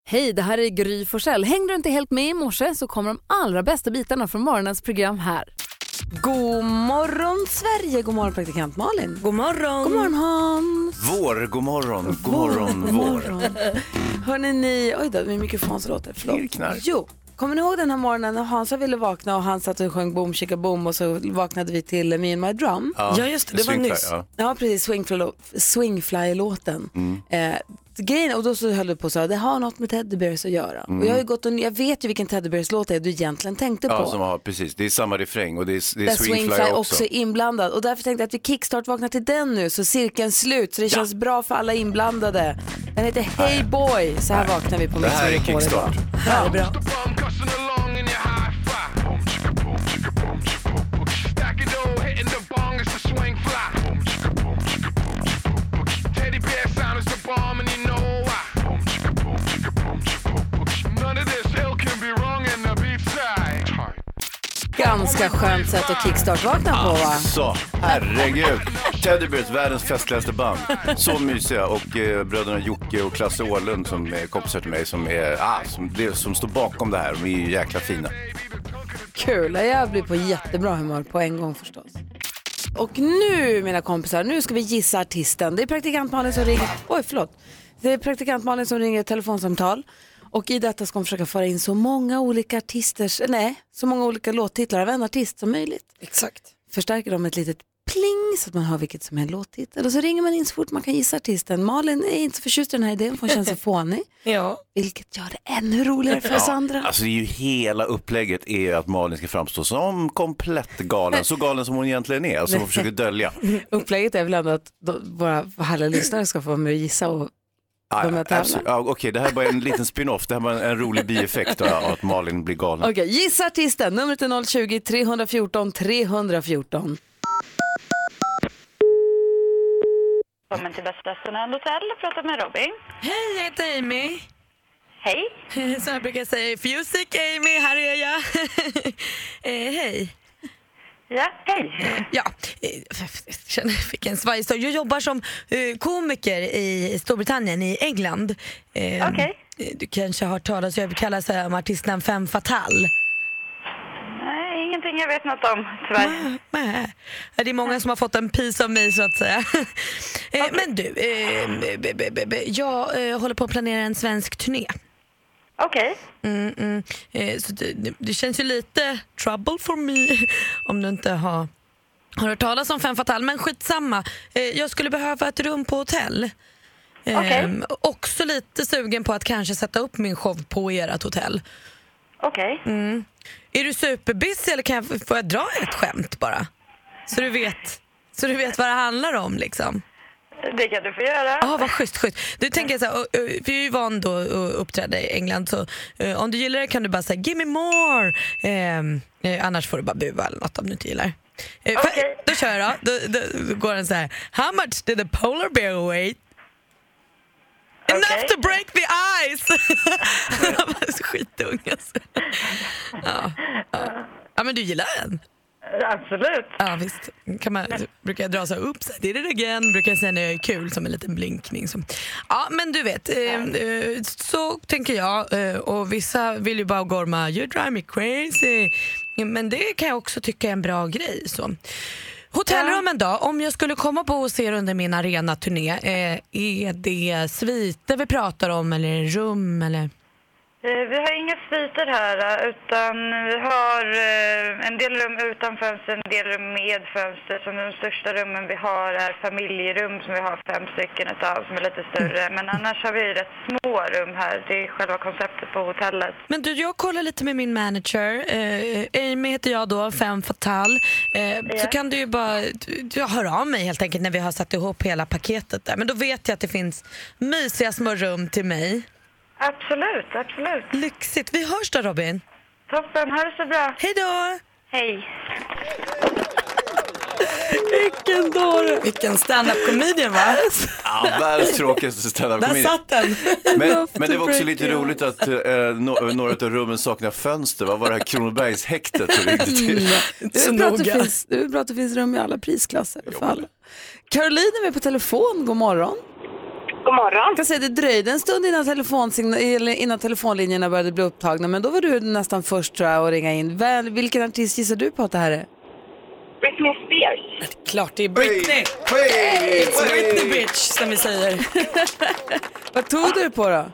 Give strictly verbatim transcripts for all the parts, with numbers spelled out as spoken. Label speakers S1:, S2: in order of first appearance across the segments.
S1: Hej, det här är Gry Forssell. Hängde du inte helt med i morse så kommer de allra bästa bitarna från morgonens program här. God morgon Sverige, god morgon praktikant Malin.
S2: God morgon.
S1: God morgon Hans.
S3: Vår, god morgon, god morgon,
S1: god morgon. Hörrni ni, oj då, min mikrofon så låter, förlåt. Jo, kommer ni ihåg den här morgonen när Hansa ville vakna och han satt och sjöng boom, chicka boom och så vaknade vi till Me and My Drum?
S2: Ja, ja just det, det var
S3: Swingfly,
S2: nyss.
S3: Ja,
S1: ja precis, Swingfly, Swingfly-låten. Mm. Eh, grejen, och då så höll du på och sa det har något med Teddy Bears att göra. Mm. Och jag har ju gått och jag vet ju vilken Teddy Bears låt är du egentligen tänkte
S3: ja,
S1: på.
S3: Som har, precis, det är samma refräng och det är, det är Swingfly,
S1: Swingfly också.
S3: också
S1: inblandad. Och därför tänkte jag att vi kickstart vaknar till den nu så cirkeln slut så det ja. känns bra för alla inblandade. Den heter Hey Boy, så här Nej. vaknar vi på
S3: det här är kickstart.
S1: Det här är bra. Ganska skönt sätt att kickstart vakna på, va?
S3: Så, herregud. Teddy Bears, världens festligaste band. Så mysiga. Och eh, bröderna Jocke och Klasse Åhlund som är kompisar till mig som, är, ah, som, det, som står bakom det här. De är ju jäkla fina.
S1: Kul, jag blir på jättebra humör på en gång förstås. Och nu, mina kompisar, nu ska vi gissa artisten. Det är praktikant Malin som ringer. Oj, förlåt. Det är praktikant Malin som ringer ett telefonsamtal. Och i detta ska hon försöka föra in så många olika artisters, nej, så många olika låttitlar av en artist som möjligt.
S2: Exakt.
S1: Förstärker dem med ett litet pling så att man hör vilket som är en låttitel. Och så ringer man in så fort man kan gissa artisten. Malin är inte så förtjust i den här idén, för hon känns så fånig.
S2: Ja.
S1: Vilket gör det ännu roligare för oss
S3: ja,
S1: andra.
S3: Alltså det är ju hela upplägget är att Malin ska framstå som komplett galen. Så galen som hon egentligen är, som hon försöker dölja.
S1: Upplägget är väl ändå att då, våra härliga lyssnare ska få vara med och gissa och
S3: Ah, ja, ja, Okej, okay, det här är bara en liten spin-off. Det här var en, en rolig bieffekt av att Malin blir galen.
S1: Okej, okay, gissa artisten. Numret är noll tjugo, tre fjorton, tre fjorton.
S4: Välkommen till Bästa Stunden Hotell. Prata med Robin.
S2: Hej, jag heter Amy.
S4: Hej.
S2: Så jag brukar säga, Fusic Amy, här är jag. eh, hej.
S4: Ja, hej.
S2: Ja, jag känner vilken svajstad. Jag jobbar som uh, komiker i Storbritannien, i England. Uh,
S4: Okej.
S2: Okay. Du kanske har hört talas, jag kallar sig om artisten Femme Fatale.
S4: Nej, ingenting jag vet något om, tyvärr.
S2: Nej, det är många som har fått en piece av mig så att säga. Okay. Men du, uh, b- b- b- jag uh, håller på att planera en svensk turné.
S4: Okej.
S2: Okay. Mm, mm. Eh, så det, det känns ju lite trouble for me om du inte har, har hört talas om Femme Fatale. Men skitsamma, eh, jag skulle behöva ett rum på hotell. eh,
S4: okay.
S2: Också lite sugen på att kanske sätta upp min show på ert hotell.
S4: Okej.
S2: Okay. Mm. Är du superbusy eller kan jag, får jag dra ett skämt bara? Så du vet, så du vet vad det handlar om liksom.
S4: Det kan du få göra.
S2: Ja, ah, vad schysst, schysst. Du tänker så här, vi är ju van då att uppträda i England, så uh, om du gillar det kan du bara säga give me more. Um, uh, annars får du bara buva eller något om du inte gillar. Uh,
S4: okay.
S2: för, då kör jag då. Då, då, då går den så här. How much did the polar bear weigh? Okay. Enough to break the ice. Han var så skitung alltså. Ja, ja. Ja, men du gillar den.
S4: Absolut.
S2: Ja, visst. Kan man, brukar jag dra så här, oops, did it again. Brukar jag säga när jag är kul som en liten blinkning. Som. Ja, men du vet, eh, så tänker jag. Eh, och vissa vill ju bara gorma, you drive me crazy. Men det kan jag också tycka är en bra grej. Så. Hotellrummen då, om jag skulle komma på och se under min arenaturné, eh, är det sviter vi pratar om eller rum eller?
S4: Vi har inga sviter här, utan vi har en del rum utan fönster, en del rum med fönster. Som de största rummen vi har är familjerum som vi har fem stycken utav som är lite större. Men annars har vi rätt små rum här, det är själva konceptet på hotellet.
S2: Men du, jag kollar lite med min manager, eh, Amy heter jag då, Femme Fatale. Eh, yeah. Så kan du ju bara du, höra av mig helt enkelt när vi har satt ihop hela paketet där. Men då vet jag att det finns mysiga små rum till mig.
S4: Absolut, absolut.
S2: Lyxigt. Vi hörs då, Robin.
S4: Toppen, ha det så bra.
S2: Hej då!
S4: Hej.
S2: Vilken dåre. Vilken stand-up-comedian, va?
S3: Ja, världens tråkigaste stand-up-comedian.
S2: Där satt den.
S3: Men, men det var också lite roligt att eh, no, några av rummen saknar fönster. Vad var det här Kronobergshäktet?
S1: Mm. Det är bra att det finns, det är bra att det finns rum i alla prisklasser. För alla. Caroline är med på telefon. God morgon.
S5: God morgon.
S1: Jag kan säga, det dröjde en stund innan, eller innan telefonlinjerna började bli upptagna, men då var du nästan först tror jag att ringa in. Väl, vilken artist gissar du på att det här är?
S5: Britney Spears.
S2: Klart det är Britney.
S3: Hey,
S2: It's Britney bitch, som vi säger.
S1: Vad tog du på då?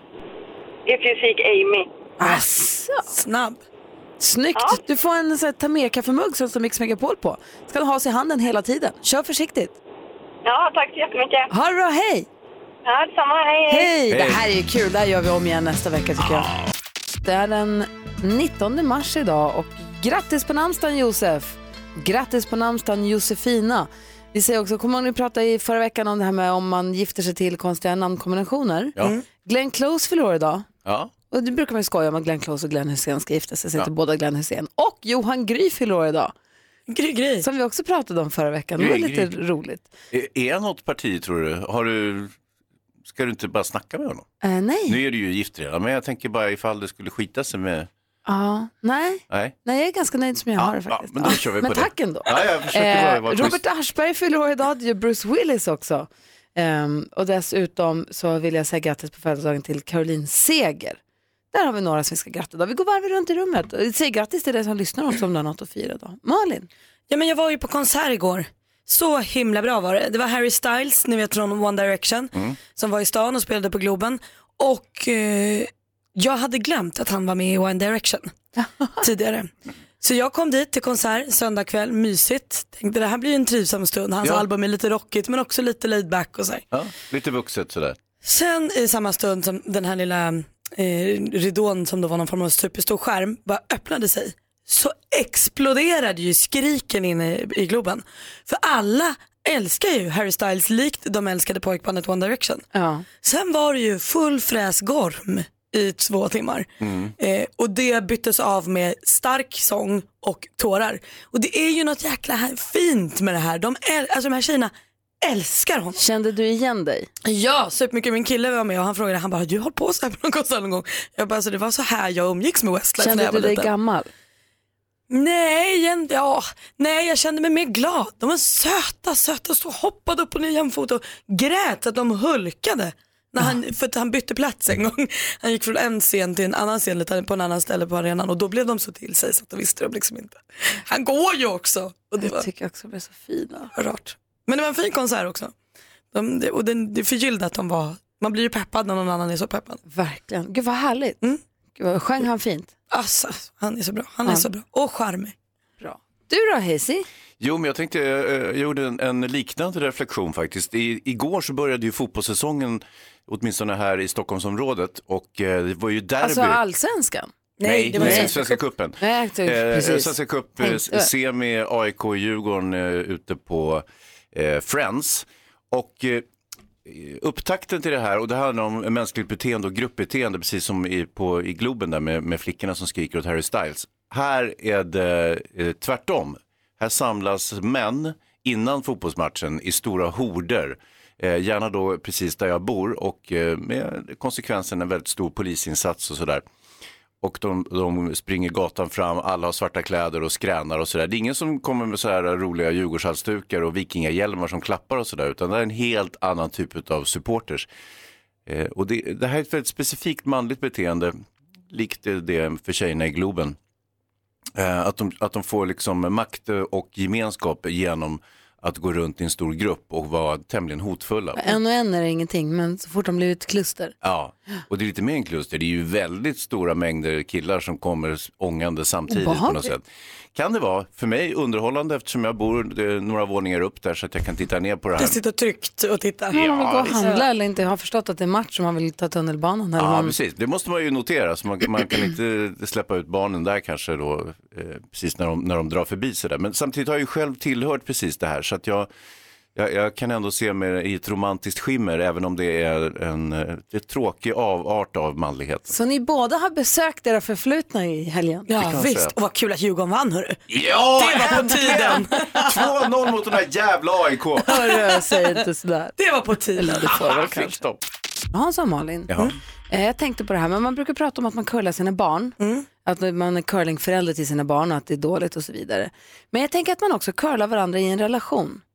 S5: If you seek Amy.
S1: Asså.
S2: Snabb.
S1: Snyggt.
S5: Ja.
S1: Du får en så här, ta med kaffemugg som står Mix Megapol på. Ska du ha sig i handen hela tiden. Kör försiktigt.
S5: Ja, tack så jättemycket.
S1: Ha det bra, hej!
S5: Ja, detsamma. Hej, hej.
S1: Hej!
S3: Hej.
S1: Det här är ju kul. Det här gör vi om igen nästa vecka tycker jag. Det är den nittonde mars idag och grattis på namnsdagen Josef. Grattis på namnsdagen Josefina. Vi säger också, kommer ni prata i förra veckan om det här med om man gifter sig till konstiga namnkombinationer.
S3: Ja.
S1: Mm. Glenn Close fyller idag.
S3: Ja.
S1: Och det brukar man ju skoja om att Glenn Close och Glenn Hussein ska gifta sig. Så heter
S3: Ja.
S1: båda Glenn Hussein. Och Johan Gry fyller år idag.
S2: Gry, gry.
S1: Som vi också pratade om förra veckan. Det var
S3: Gry,
S1: lite
S3: Gry.
S1: roligt.
S3: Är, är han något parti tror du? Har du... Ska du inte bara snacka med honom?
S1: Uh, nej.
S3: Nu är du ju gift redan, men jag tänker bara ifall det skulle skita sig med...
S1: Ja, nej.
S3: Nej.
S1: Nej, jag är ganska nöjd som jag
S3: Ja,
S1: har det faktiskt.
S3: ja, men då kör vi på
S1: men
S3: det.
S1: tack ändå.
S3: Ja, jag försöker bara
S1: Eh,
S3: vara
S1: Robert
S3: schysst.
S1: Aschberg fyller år idag, det gör Bruce Willis också. Ehm, och dessutom så vill jag säga grattis på födelsedagen till Caroline Seger. Där har vi några som vi ska gratta idag. Vi går varv runt i rummet. Säg grattis till dig som lyssnar också om du har något att fira idag. Malin?
S2: Ja, men jag var ju på konsert igår. Så himla bra var det. Det var Harry Styles, ni vet från One Direction,
S3: Mm.
S2: som var i stan och spelade på Globen. Och eh, jag hade glömt att han var med i One Direction tidigare. Så jag kom dit till konsert söndag kväll, mysigt. Tänkte det här blir en trivsam stund. Hans
S3: Ja.
S2: album är lite rockigt men också lite laid back och så här.
S3: Ja, lite vuxet sådär.
S2: Sen i samma stund som den här lilla eh, ridån som då var någon form av superstor skärm bara öppnade sig, så exploderade ju skriken inne i, i Globen. För alla älskar ju Harry Styles likt de älskade pojkbandet One Direction.
S1: Ja.
S2: Sen var det ju full fräs gorm i två timmar.
S3: Mm.
S2: Eh, och det byttes av med stark sång och tårar. Och det är ju något jäkla här, fint med det här. De, äl- alltså de här tjejerna älskar honom.
S1: Kände du igen dig?
S2: Ja, supermycket. Min kille var med och han frågade, han bara, du har hållit på så här på någon konsert någon gång? Jag bara, så det var så här jag umgicks med Westlife när
S1: Kände
S2: jag var
S1: du dig
S2: liten.
S1: gammal?
S2: Nej, igen, ja, nej, jag kände mig mer glad. De var söta, söta, så hoppade upp och ner jämfot och grät att de hulkade. När han, för att han bytte plats en gång. Han gick från en scen till en annan scen lite på en annan ställe på arenan och då blev de så till sig så att de visste de liksom inte. Han går ju också. Och det var
S1: Jag tycker också det är så fina.
S2: rart. Men det var en fin konsert också. De, det, och det, det förgyllde att de var, man blir ju peppad när någon annan är så peppad.
S1: Verkligen. Gud vad härligt.
S2: Mm.
S1: Gud, vad sjöng han fint?
S2: Alltså, han är så bra. Han är
S1: Ja.
S2: så bra. Och charmig.
S1: Bra. Du då, Hazy?
S3: Jo, men jag tänkte, jag gjorde en, en liknande reflektion faktiskt. I, igår så började ju fotbollssäsongen, åtminstone här i Stockholmsområdet, och eh, det var ju derby.
S1: Alltså allsvenskan?
S3: Nej,
S2: det var
S3: nej,
S2: Svenska
S3: Svenska cupen.
S1: Nej, jag tyckte-
S3: Eh,
S1: precis.
S3: Svenska cup, eh,
S1: Tänkte.
S3: semi A I K Djurgården eh, ute på eh, Friends. Och eh, upptakten till det här, och det handlar om mänskligt beteende och gruppbeteende, precis som i, på, i Globen där med, med flickorna som skriker åt Harry Styles. Här är det eh, tvärtom. Här samlas män innan fotbollsmatchen i stora horder. Eh, gärna då precis där jag bor, och eh, med konsekvensen en väldigt stor polisinsats och sådär. Och de, de springer gatan fram, alla har svarta kläder och skränar och sådär. Det är ingen som kommer med så här roliga djurgårdshalsdukar och vikingahjälmar som klappar och sådär, utan det är en helt annan typ av supporters. Eh, och det, det här är ett väldigt specifikt manligt beteende, likt det för tjejerna i Globen. Eh, att, de, att de får liksom makt och gemenskap genom att gå runt i en stor grupp och vara tämligen hotfulla.
S1: En och en är det ingenting, men så fort de blir ett kluster.
S3: Ja, och det är lite mer en kluster. Det är ju väldigt stora mängder killar som kommer ångande samtidigt på något
S1: Obehagligt.
S3: sätt. Kan det vara för mig underhållande eftersom jag bor eh, några våningar upp där så att jag kan titta ner på det
S2: Jag
S3: här.
S2: sitter tryggt och tittar.
S1: Ja, man vill gå och
S3: visst.
S1: handla eller inte har förstått att det är match och man vill ta tunnelbanan. Eller
S3: Ja,
S1: man...
S3: precis. Det måste man ju notera. Så man, man kan inte släppa ut barnen där kanske då, eh, precis när de, när de drar förbi sig där. Men samtidigt har jag ju själv tillhört precis det här, så att jag, jag, jag kan ändå se mig i ett romantiskt skimmer, även om det är en det är tråkig avart av manlighet.
S1: Så ni båda har besökt era förflutna i helgen?
S2: Ja,
S3: kan
S2: visst.
S3: säga.
S2: Och vad kul att Djurgården vann, hörru.
S3: Ja,
S2: Det var på tiden.
S3: två noll mot den här jävla A I K.
S1: Hörru, säg inte sådär.
S2: Det var på tiden.
S1: Det får väl
S3: Fick
S1: kanske.
S3: stopp.
S1: Hans och Malin.
S3: Ja.
S1: Eh, Jag tänkte på det här, men man brukar prata om att man curlar sina barn. Att man är curlingförälder till sina barn och att det är dåligt och så vidare. Men jag tänker att man också curlar varandra i en relation.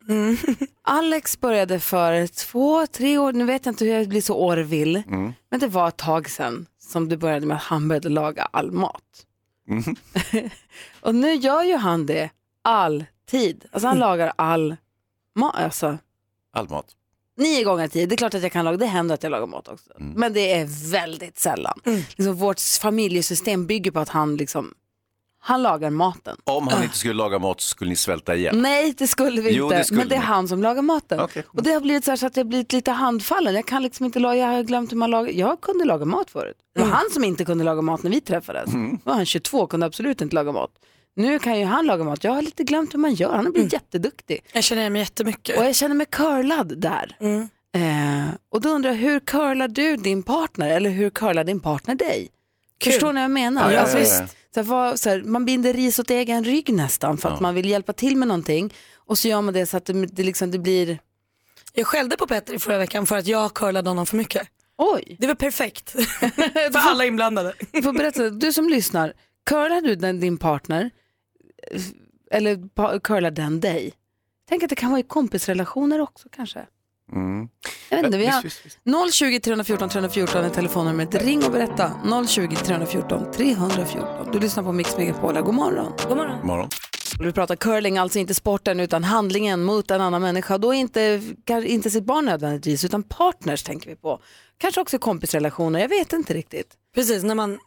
S1: Mm. Alex började för två, tre år, nu vet jag inte hur jag blir så årvill, mm. men det var ett tag sedan som du började med att han började laga all mat. Mm. Och nu gör ju han det alltid. Alltså han mm. lagar all mat. Alltså.
S3: All mat.
S1: Nio gånger tid. Det är klart att jag kan laga, det händer att jag lagar mat också. Mm. Men det är väldigt sällan. Mm. Liksom, vårt familjesystem bygger på att han liksom, han lagar maten.
S3: Om han uh. inte skulle laga mat så skulle ni svälta igen.
S1: Nej, det skulle vi
S3: jo,
S1: inte.
S3: Det skulle
S1: men det är
S3: ni.
S1: han som lagar maten. Okay. Och det har blivit så, här så att jag har blivit lite handfallen. Jag kan liksom inte laga, jag har glömt hur man lagar. Jag kunde laga mat förut. Det var mm. han som inte kunde laga mat när vi träffades. Mm. Då var han tjugotvå och kunde absolut inte laga mat. Nu kan ju han laga mat. Jag har lite glömt hur man gör. Han har blivit mm. jätteduktig.
S2: Jag känner mig jättemycket.
S1: Och jag känner mig curlad där. Mm. Eh, och då undrar jag, hur curlar du din partner? Eller hur curlar din partner dig? Kul. Förstår ni vad jag menar?
S3: Ja,
S1: alltså,
S3: ja, ja, ja.
S1: Så var, så här, man binder ris åt egen rygg nästan. För att ja. man vill hjälpa till med någonting. Och så gör man det så att det, det, liksom, det blir...
S2: Jag skällde på Petter i förra veckan för att jag curlade honom för mycket.
S1: Oj.
S2: Det var perfekt. För alla inblandade.
S1: Du får berätta, du som lyssnar. Curlar du den, din partner? Eller curlar den dig? Tänk att det kan vara i kompisrelationer också kanske. Mm. Jag vet inte, vi har noll tjugo, tre fjorton, tre fjorton är telefonnumret. Ring och berätta. noll tjugo, tre fjorton, tre fjorton. Du lyssnar på Mix Megapol. God morgon.
S2: God morgon.
S3: God morgon.
S1: Vi pratar curling, alltså inte sporten utan handlingen mot en annan människa. Då är inte, inte sitt barn nödvändigtvis utan partners tänker vi på. Kanske också kompisrelationer, jag vet inte riktigt.
S2: Precis, när man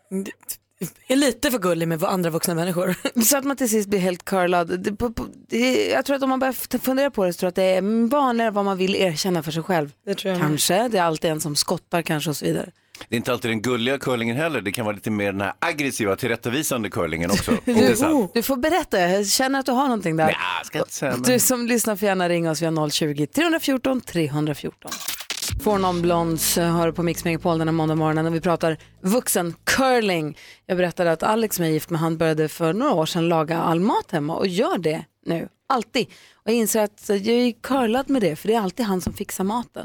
S2: är lite för gullig med andra vuxna människor.
S1: Så att man till sist blir helt curlad. Det, på, på, det, jag tror att om man börjar fundera på det så tror jag att det är vanligare vad man vill erkänna för sig själv.
S2: Det tror jag
S1: kanske, med. Det är alltid en som skottar kanske och så vidare.
S3: Det är inte alltid den gulliga curlingen heller. Det kan vara lite mer den här aggressiva tillrättavisande curlingen också.
S1: du, du får berätta, jag känner att du har någonting där.
S3: Nej, jag ska inte säga, men...
S1: Du som lyssnar får gärna ringa oss via noll tjugo, tre fjorton, tre fjorton. Four Non Blondes hör på Mix Megapol den här måndag morgonen och vi pratar vuxen curling. Jag berättade att Alex som är gift med han började för några år sedan laga all mat hemma och gör det nu, alltid. Och jag inser att jag är curlad med det för det är alltid han som fixar maten.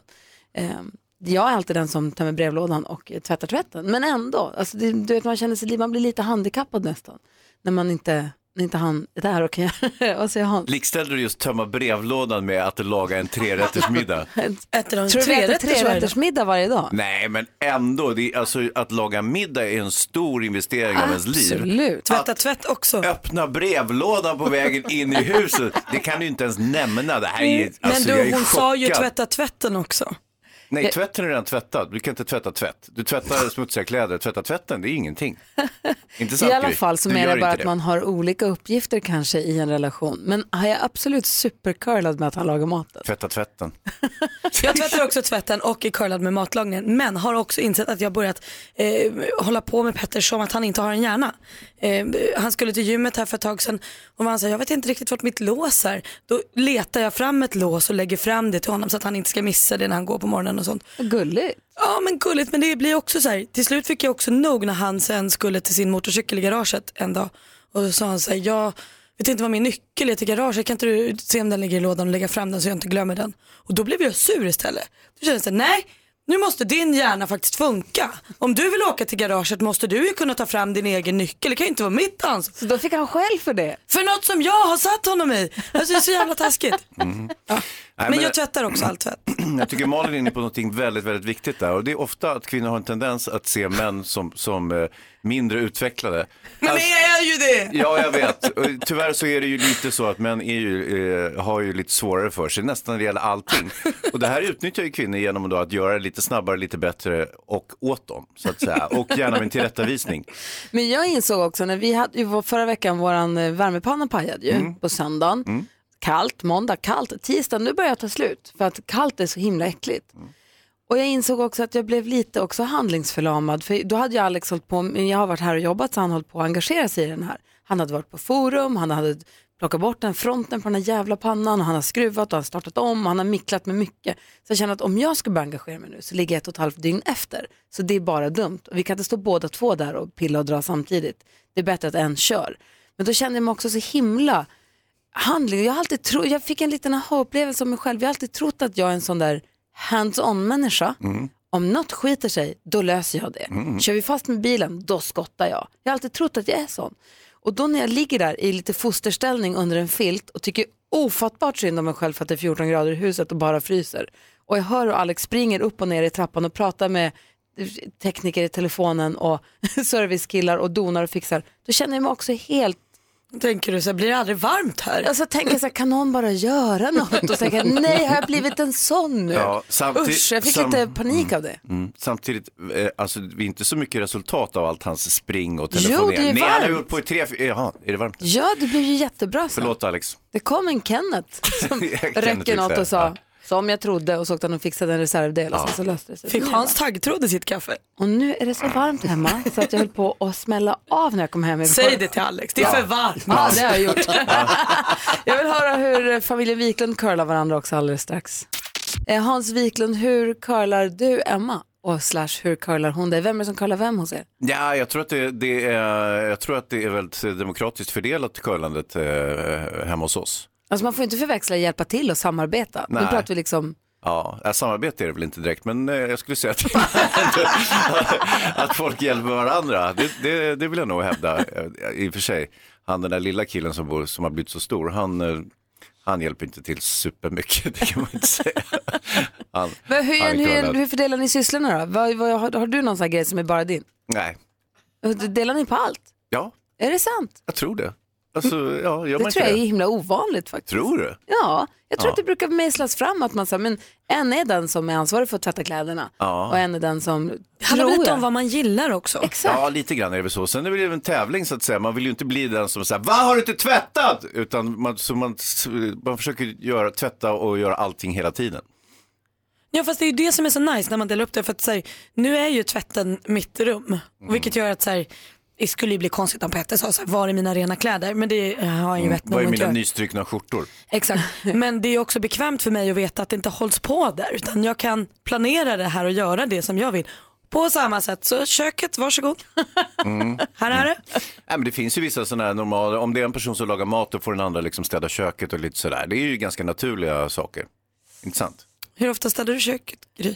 S1: Jag är alltid den som tar med brevlådan och tvättar tvätten. Men ändå, alltså det, du vet, man känner sig, man blir lite handikappad nästan när man inte... inte han är där och kan göra. Vad säger han?
S3: Likställer du just tömma brevlådan med att laga en trerättersmiddag?
S1: Äter de trerättersmiddag varje dag?
S3: Nej, men ändå. Det är, alltså, att laga middag är en stor investering av ens liv.
S1: Absolut.
S2: Tvätta tvätt också.
S3: Öppna brevlådan på vägen in i huset. Det kan du inte ens nämna. Det här är, alltså,
S2: men du,
S3: hon
S2: sa ju tvätta tvätten också.
S3: Nej, jag... tvätten är redan tvättad. Du kan inte tvätta tvätt. Du tvättar smutsiga kläder. Tvätta tvätten, det är ingenting. Inte sant,
S1: i alla fall så är det bara att
S3: det.
S1: Man har olika uppgifter kanske i en relation. Men har jag absolut supercurlad med att han lagar maten?
S3: Tvätta tvätten.
S2: Jag tvättar också tvätten och är curlad med matlagningen. Men har också insett att jag börjat eh, hålla på med Petter som att han inte har en hjärna. Eh, han skulle till gymmet här för ett tag sedan och han sa, jag vet inte riktigt vart mitt lås är. Då letar jag fram ett lås och lägger fram det till honom så att han inte ska missa det när han går på morgonen och sånt.
S1: Gulligt.
S2: Ja, men gulligt, men det blir också så här. Till slut fick jag också nog när han sen skulle till sin motorcykel i garaget en dag. Och då sa han så här, jag vet inte vad min nyckel är till garaget, kan inte du se om den ligger i lådan och lägga fram den så jag inte glömmer den. Och då blev jag sur istället. Då kände jag så här, nej, nu måste din hjärna faktiskt funka. Om du vill åka till garaget måste du ju kunna ta fram din egen nyckel. Det kan ju inte vara mitt ansvar.
S1: Så då fick han själv för det?
S2: För något som jag har satt honom i. Alltså det är så jävla taskigt. Mm. Ja.
S3: Nej,
S2: men jag tvättar också all tvätt.
S3: Jag tycker Malin är inne på något väldigt, väldigt viktigt där. Och det är ofta att kvinnor har en tendens att se män som, som eh, mindre utvecklade.
S2: Men alltså, är ju det!
S3: Ja, jag vet. Och tyvärr så är det ju lite så att män är ju, eh, har ju lite svårare för sig. Nästan när det gäller allting. Och det här utnyttjar ju kvinnor genom då att göra det lite snabbare, lite bättre och åt dem, så att säga. Och gärna med en tillrättavisning.
S1: Men jag insåg också, när vi hade ju förra veckan våran värmepanna pajade ju mm. på söndagen. Mm. Kallt, måndag kallt, tisdag nu börjar jag ta slut för att kallt är så himla äckligt. Mm. Och jag insåg också att jag blev lite också handlingsförlamad för då hade jag Alex hållit på, jag har varit här och jobbat så han hållit på att engagera sig i den här. Han hade varit på forum, han hade plockat bort den fronten på den här jävla pannan och han har skruvat och han har startat om och han har micklat med mycket. Så jag känner att om jag ska börja engagera mig nu så ligger jag ett och ett halvt dygn efter. Så det är bara dumt och vi kan inte stå båda två där och pilla och dra samtidigt. Det är bättre att en kör. Men då kände jag mig också så himla handling. Jag, har alltid tro, jag fick en liten aha-upplevelse om mig själv. Jag har alltid trott att jag är en sån där hands-on-människa. Mm. Om något skiter sig, då löser jag det. Mm. Kör vi fast med bilen, då skottar jag. Jag har alltid trott att jag är sån. Och då när jag ligger där i lite fosterställning under en filt och tycker ofattbart synd om mig själv för att det är fjorton grader i huset och bara fryser. Och jag hör hur Alex springer upp och ner i trappan och pratar med tekniker i telefonen och servicekillar och donar och fixar. Då känner jag mig också helt...
S2: Tänker du så här, blir det aldrig varmt här?
S1: Alltså tänker jag så här, kan någon bara göra något? Och tänker nej, har jag blivit en sån nu?
S3: Ja, samtid-
S1: Usch, jag fick
S3: sam-
S1: lite panik av det.
S3: Mm. Samtidigt, eh, alltså vi är inte så mycket resultat av allt hans spring och
S1: Jo,
S3: telefonering.
S1: det är
S3: Nej, han har
S1: varmt.
S3: gjort på i tre, jaha, är det varmt?
S1: Ja, det blir ju jättebra sen.
S3: Förlåt Alex.
S1: Det kom en Kenneth som
S3: Kenneth
S1: räcker något
S3: fixar.
S1: och sa,
S3: Ja.
S1: som jag trodde, och så åkte han och fixade en reservdel och
S3: Ja.
S1: sen så löste det sig.
S2: Fick Hans taggtråd i sitt kaffe?
S1: Och nu är det så varmt hemma så att jag höll på att smälla av när jag kom hem.
S2: Säg det till Alex, det är för varmt.
S1: Ja, det har jag gjort. Jag vill höra hur familjen Wiklund curlar varandra också alldeles strax. Eh, Hans Wiklund, hur curlar du Emma? Och slash, hur curlar hon dig? Vem är det som curlar vem hos er?
S3: Ja, jag tror att det, det är, jag tror att det är väldigt demokratiskt fördelat curlandet eh, hemma hos oss.
S1: Alltså man får inte förväxla hjälpa till och samarbeta. Nu
S3: Nej.
S1: pratar vi liksom...
S3: Ja, äh, samarbete är det väl inte direkt, men eh, jag skulle säga att, att folk hjälper varandra. Det, det, det vill jag nog hävda eh, i och för sig. Han, den där lilla killen som, bor, som har blivit så stor, han, eh, han hjälper inte till supermycket, det kan man inte säga. Han,
S1: Men hur,
S3: han är
S1: hur,
S3: curlad.
S1: hur fördelar ni sysslorna då? Vad, vad, har, har du någon sån här grej som är bara din?
S3: Nej,
S1: Delar ni på allt?
S3: ja,
S1: Är det sant?
S3: jag tror det. Alltså, ja, gör
S1: Det
S3: man
S1: tror
S3: inte
S1: jag är
S3: det?
S1: himla ovanligt faktiskt.
S3: Tror du?
S1: Ja, jag tror
S3: Ja.
S1: att det brukar mejslas fram att man säger, men en är den som är ansvarig för att tvätta kläderna
S3: Ja.
S1: och en är den som,
S2: Det handlar
S1: tror
S2: lite
S1: jag.
S2: om vad man gillar också.
S1: Exakt.
S3: Ja, lite grann är det väl så. Sen är det väl en tävling så att säga. Man vill ju inte bli den som säger, vad har du inte tvättat? Utan man, så man, man försöker göra, tvätta och göra allting hela tiden.
S2: Ja, fast det är ju det som är så nice när man delar upp det. För att så här, nu är ju tvätten mitt rum.
S3: Mm.
S2: Vilket gör att så här, det skulle ju bli konstigt om Petter sa så här, var är mina rena kläder? Men det har han ju vett nog
S3: Vad är
S2: inte
S3: mina
S2: göra.
S3: nystrukna skjortor?
S2: Exakt, men det är också bekvämt för mig att veta att det inte hålls på där. Utan jag kan planera det här och göra det som jag vill. På samma sätt, så köket, varsågod.
S3: Mm.
S2: Här är det.
S3: Nej, men det finns ju vissa sådana här normala, om det är en person som lagar mat och får den andra liksom städa köket och lite sådär. Det är ju ganska naturliga saker. Intressant.
S2: Hur ofta städar du köket, Gry?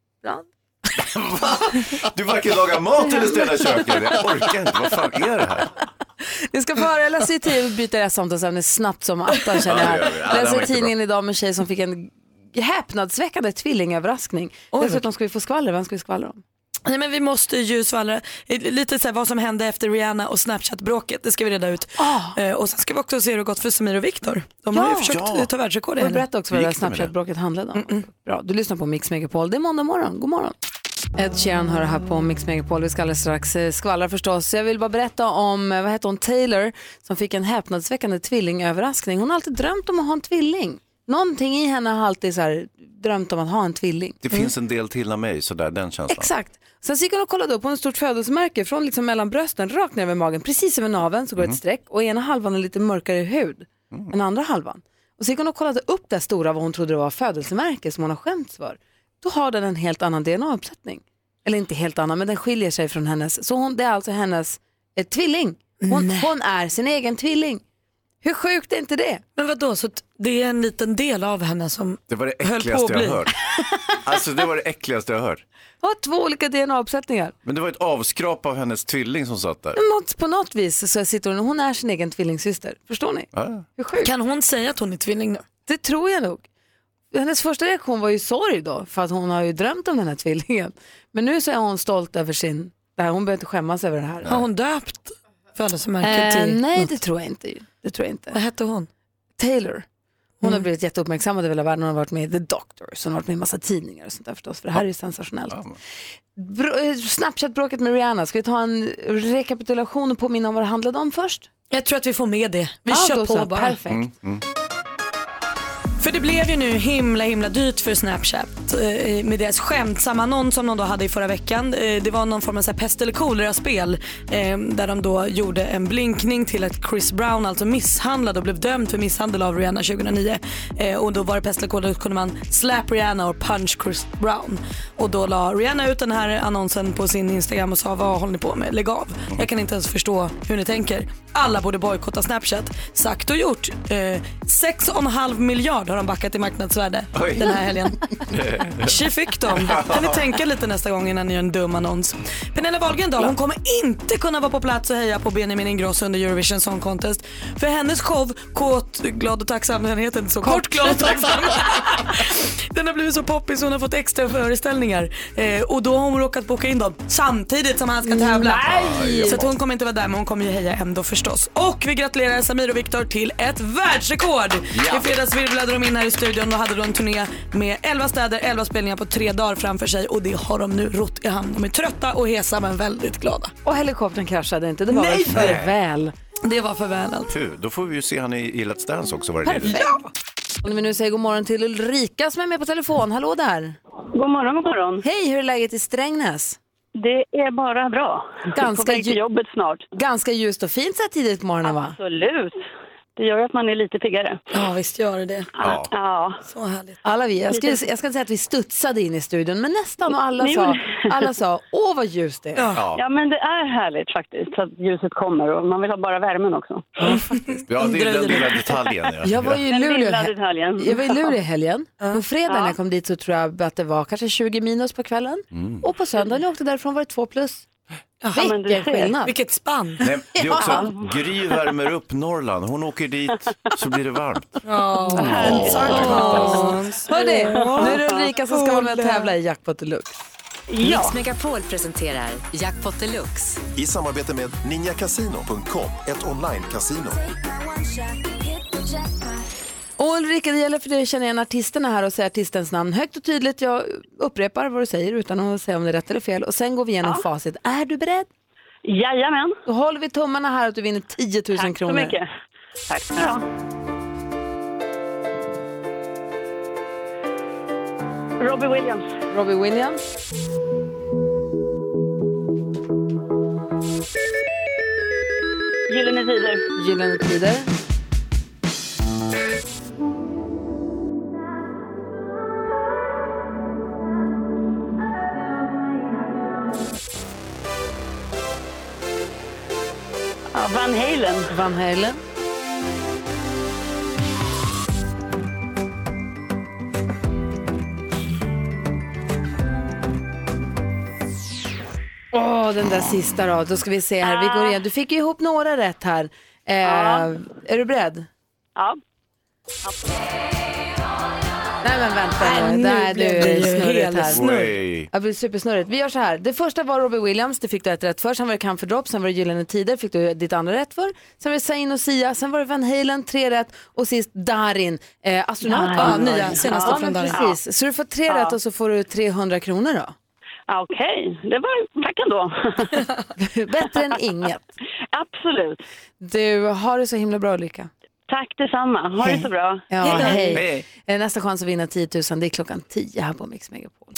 S3: Du varken lagar mat eller städar köket. Jag orkar inte, vad fan är det här?
S1: Vi ska få höra, jag läser i tidningen, byter det här samtalsämne snabbt som attan känner
S3: Ja, det
S1: jag.
S3: gör vi. Ja, det
S1: Läser
S3: var
S1: i
S3: inte
S1: tidningen idag om en tjej som fick en häpnadsväckande tvillingöverraskning. Dessutom ska vi få skvaller, vem ska vi skvallra om?
S2: Nej, men vi måste ju svallra lite så här, vad som hände efter Rihanna och Snapchat-bråket. Det ska vi reda ut.
S1: Ah.
S2: Eh, och sen ska vi också se hur det gått för Samir och Viktor. De
S1: Ja.
S2: har ju försökt
S3: Ja.
S2: eh, ta världsrekord i
S1: Och
S2: henne.
S1: berätta också vad
S3: Hur
S1: det här
S3: gick det med det?
S1: Snapchat-bråket handlade om. Bra, du lyssnar på Mix Megapol. Det är måndag morgon, god morgon. Ed Sheeran hör här på Mix Megapol. Vi ska alldeles strax eh, skvallra förstås. Jag vill bara berätta om, eh, vad heter hon, Taylor, som fick en häpnadsväckande tvillingöverraskning. Hon har alltid drömt om att ha en tvilling. Någonting i henne har alltid så här, drömt om att ha en tvilling.
S3: Det finns en del till av mig, sådär, den känslan.
S1: Exakt. Sen så gick hon och kollade upp på en stort födelsemärke från liksom mellan brösten, rakt ner över magen, precis över naveln så går ett streck och ena halvan är lite mörkare hud än andra halvan. Och så gick hon och kollade upp det stora, vad hon trodde det var födelsemärke som hon har skämts för. Då har den en helt annan D N A-uppsättning. Eller inte helt annan, men den skiljer sig från hennes. Så hon, det är alltså hennes eh, tvilling. Hon, hon är sin egen tvilling. Hur sjukt är inte det?
S2: Men vadå, så att det är en liten del av henne som
S3: Det var det
S2: höll på
S3: äckligaste
S2: att
S3: jag
S2: bli.
S3: har hört. Alltså det var det äckligaste jag har hört.
S1: Har två olika D N A-uppsättningar.
S3: Men det var ett avskrap av hennes tvilling som satt där.
S1: Något, på något vis så sitter hon, hon är sin egen tvillingsyster. Förstår ni?
S3: Ja.
S1: Hur sjukt?
S2: Kan hon säga att hon är tvilling nu?
S1: Det tror jag nog. Hennes första reaktion var ju sorg då, för att hon har ju drömt om den här tvillingen. Men nu så är hon stolt över sin, det här, hon behöver inte skämmas över det här.
S2: Har hon döpt födelsemärket
S1: Eh,
S2: till
S1: nej,
S2: något?
S1: det tror jag inte. Det tror jag inte.
S2: Vad hette hon?
S1: Taylor. Hon har blivit jätteuppmärksammad över hela världen. Hon har varit med i The Doctors. Hon har varit med i en massa tidningar och sånt där förstås. För det här är ju sensationellt. Br- eh, Snapchat-bråket med Rihanna. Ska vi ta en rekapitulation och påminna om vad det handlade om först?
S2: Jag tror att vi får med det. Vi
S1: Ja,
S2: kör
S1: då
S2: på
S1: så.
S2: bara.
S1: Perfekt.
S2: För det blev ju nu himla himla dyrt för Snapchat eh, med deras skämtsamma annons som de då hade i förra veckan. Eh, det var någon form av så här pest eller kolera-spel eh, där de då gjorde en blinkning till att Chris Brown alltså misshandlade och blev dömd för misshandel av Rihanna tjugohundraniio. Eh, och då var det pest eller kolera, då kunde man slap Rihanna och punch Chris Brown. Och då la Rihanna ut den här annonsen på sin Instagram och sa, vad håller ni på med? Lägg av. Jag kan inte ens förstå hur ni tänker. Alla borde bojkotta Snapchat. Sagt och gjort. Eh, sex och en halv miljard har de backat i marknadsvärde
S3: Oj.
S2: den här helgen. Tji fick de. Kan ni tänka lite nästa gång innan ni gör en dum annons. Pernilla Wahlgren då, hon kommer inte kunna vara på plats och heja på Benjamin Ingrosso under Eurovision Song Contest. För hennes show, Kåt, glad och tacksam, den heter inte så, kort, glad och tacksam. Den har blivit så poppig så hon har fått extra föreställningar. Eh, och då har hon råkat boka in dem samtidigt som han ska tävla. Nej. Så att hon kommer inte vara där, men hon kommer ju heja ändå förstås. Och vi gratulerar Samir och Viktor till ett världsrekord. Ja. I fredags virvlade de in här i studion och hade då en turné med elva städer, elva spelningar på tre dagar framför sig. Och det har de nu rott i hamn. De är trötta och hesa men väldigt glada.
S1: Och helikoptern kraschade inte, det var
S2: Nej,
S1: väl för väl.
S2: Det var för väl alltså.
S3: Då får vi ju se han i, i Let's Dance också. Var det
S1: Perfekt. Ja. Om vi nu säger god morgon till Ulrika som är med på telefon. Hallå där.
S5: God morgon, god morgon.
S1: Hej, hur är läget i Strängnäs?
S5: Det är bara bra.
S1: Ganska
S5: på väg till jobbet snart.
S1: Ganska ljust och fint så här tidigt på morgonen, va?
S5: Absolut. Det gör ju att man är lite piggare.
S2: Ja, visst gör det det.
S3: Ja.
S5: Ja.
S2: Så härligt.
S1: Alla vi, jag ska, jag ska inte säga att vi studsade in i studion, men nästan, och alla
S5: Ni
S1: sa,
S5: gjorde-
S1: alla sa, åh vad ljust det är. Ja.
S3: Ja.
S5: Ja, men det är härligt faktiskt att ljuset kommer och man vill ha bara värmen också.
S3: Ja, det är den lilla detaljen. Ja.
S1: Jag var ju i
S5: Den
S1: Luleå,
S5: lilla detaljen.
S1: jag var i Luleå i helgen. På fredag när
S5: Ja.
S1: jag kom dit så tror jag att det var kanske tjugo minus på kvällen. Och på söndag när jag åkte därifrån var det två plus.
S5: men du
S1: Vilken
S5: ser.
S1: skillnad.
S2: Vilket spann.
S3: Nej, det är också att Gry värmer upp Norrland. Hon åker dit så blir det varmt.
S1: Hörrni, nu är det Ulrika som ska vara med och tävla i Jackpot Deluxe.
S5: Ja.
S6: Mix Megapol presenterar Jackpot Deluxe.
S7: I samarbete med ninja casino punkt com, ett online-casino.
S1: Och Ulrika, det gäller för dig att känna igen artisterna här och säga artistens namn högt och tydligt. Jag upprepar vad du säger utan att säga om det är rätt eller fel. Och sen går vi igenom facit. Är du beredd?
S5: Jajamän.
S1: Då håller vi tummarna här att du vinner tio tusen kronor.
S5: Tack så mycket. Tack så mycket. Robbie Williams.
S1: Robbie Williams.
S5: Gyllene Tider.
S1: Gyllene Tider.
S5: Ja, Van Halen.
S1: Van Halen. Åh, oh, den där sista då. Då ska vi se här. Vi går igen. Du fick ju ihop några rätt här. Eh,
S5: Ja.
S1: Är du beredd?
S5: Ja.
S1: Nej men vänta
S2: Nej,
S1: nu.
S2: nu
S1: Där
S2: blev
S1: du
S2: det ju
S1: snurrigt
S2: helt
S1: här.
S3: Way.
S1: Jag blir supersnurrigt. Vi gör så här. Det första var Robbie Williams, det fick du ett rätt för. Sen var det Come for Drop, sen var det Gyllene Tider, fick du ditt andra rätt för. Sen var det Zayn och Sia, sen var det Van Halen, tre rätt. Och sist Darin, eh, astronaut.
S2: Ja, nya, senaste
S1: ja,
S2: från
S1: men
S2: Darin.
S1: precis. Så du får tre rätt och så får du trehundra kronor då.
S5: Ja, okej. Det var tack ändå.
S1: Bättre än inget.
S5: Absolut.
S1: Du har det så himla bra, Ulrika.
S5: Tack detsamma. Ha det så bra.
S1: Ja, hej.
S3: Hej.
S1: Eh, Nästa chans att vinna tio tusen, det är klockan tio här på Mix Megapol.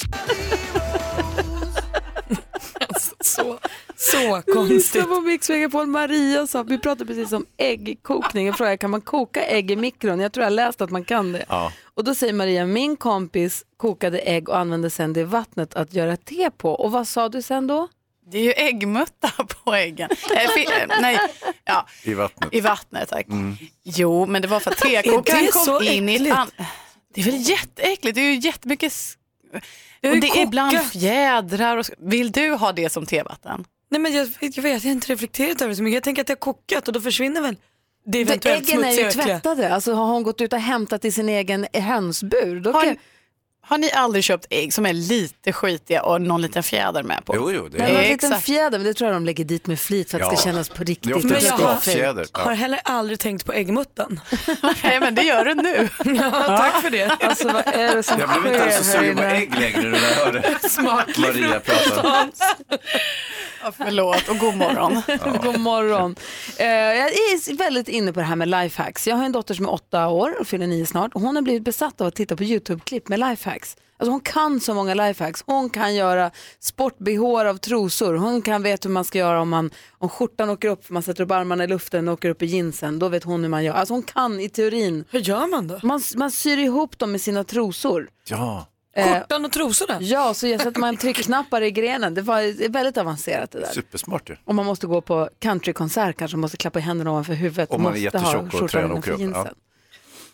S2: Så, så
S1: Lyssna
S2: konstigt.
S1: på Mix Megapol. Maria sa, vi pratade precis om äggkokning. Jag frågade, kan man koka ägg i mikron? Jag tror jag läst att man kan det.
S3: Ja.
S1: Och då säger Maria, min kompis kokade ägg och använde sen det vattnet att göra te på. Och vad sa du sen då?
S8: Det är ju äggmutta på äggen. Eh, fi- eh, nej, ja,
S3: I vattnet.
S8: i vattnet tack. Jo, men det var för att tekokaren
S2: Är det så
S8: kom in i ett
S2: äckligt?
S8: an- Det är väl jätteäckligt, det är ju jättemycket s-
S2: Jag
S8: och
S2: vill
S8: det är
S2: koka.
S8: ibland fjädrar och sk- vill du ha det som tevatten?
S2: Nej men jag, jag vet, jag har inte reflekterat över det så mycket. Jag tänker att det har kokat och då försvinner väl det
S1: För
S2: eventuellt
S1: äggen är
S2: smutsiga
S1: ju
S2: och äckliga.
S1: tvättade. Alltså har hon gått ut och hämtat i sin egen hönsbur. Då
S8: Har,
S1: kan...
S8: har ni aldrig köpt ägg som är lite skitiga och någon liten fjäder med på?
S3: Jo, jo, det
S1: Men en
S3: är,
S1: liten
S8: Exakt.
S1: fjäder, men det tror jag de lägger dit med flit för att det
S3: Ja.
S1: ska kännas på
S3: det
S1: riktigt.
S3: är ofta
S2: Men
S3: ett
S2: jag har-
S3: skavfjäder.
S2: Har
S3: Ja.
S2: heller aldrig tänkt på äggmuttan.
S8: Nej, men det gör du nu.
S2: Ja, tack för det.
S1: Alltså vad är det som
S3: Jag blev inte ens så
S1: sker här
S3: sugen på
S1: inne?
S3: ägg längre nu när jag hörde Maria prata.
S8: Ja, förlåt och god morgon.
S1: God morgon. Eh, jag är väldigt inne på det här med lifehacks. Jag har en dotter som är åtta år och fyller nio snart. Och hon har blivit besatt av att titta på YouTube-klipp med lifehacks. Alltså hon kan så många lifehacks. Hon kan göra sport-B H av trosor. Hon kan veta hur man ska göra om, man, om skjortan åker upp. Man sätter upp armarna i luften och åker upp i jeansen. Då vet hon hur man gör. Alltså hon kan i teorin.
S2: Hur gör man då?
S1: Man, man syr ihop dem med sina trosor.
S3: Ja.
S2: Skjortan och trosorna?
S1: Ja, så jag sätter man tryckknappar i grenen. Det var det är väldigt avancerat det där.
S3: Supersmart ju.
S1: Om man måste gå på countrykonsert kanske måste klappa i händerna ovanför huvudet.
S3: Om man är
S1: måste ha
S3: jättetjock och
S1: skjortan
S3: tröjan
S1: innanför
S3: åker upp,
S1: jeansen.
S3: ja.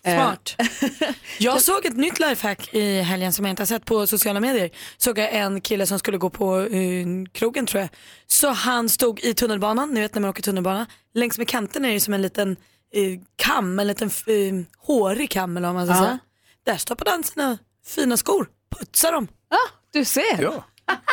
S2: Smart. Jag såg ett nytt lifehack i helgen som jag inte har sett på sociala medier. Såg jag en kille som skulle gå på uh, krogen tror jag. Så han stod i tunnelbanan, ni vet när man åker tunnelbana. Längs med kanten är det som en liten uh, kam, en liten uh, hårig kam eller vad man ska
S1: Ja.
S2: säga. Där stoppade han sina fina skor, putsar dem.
S1: Ja, du ser.
S3: Ja.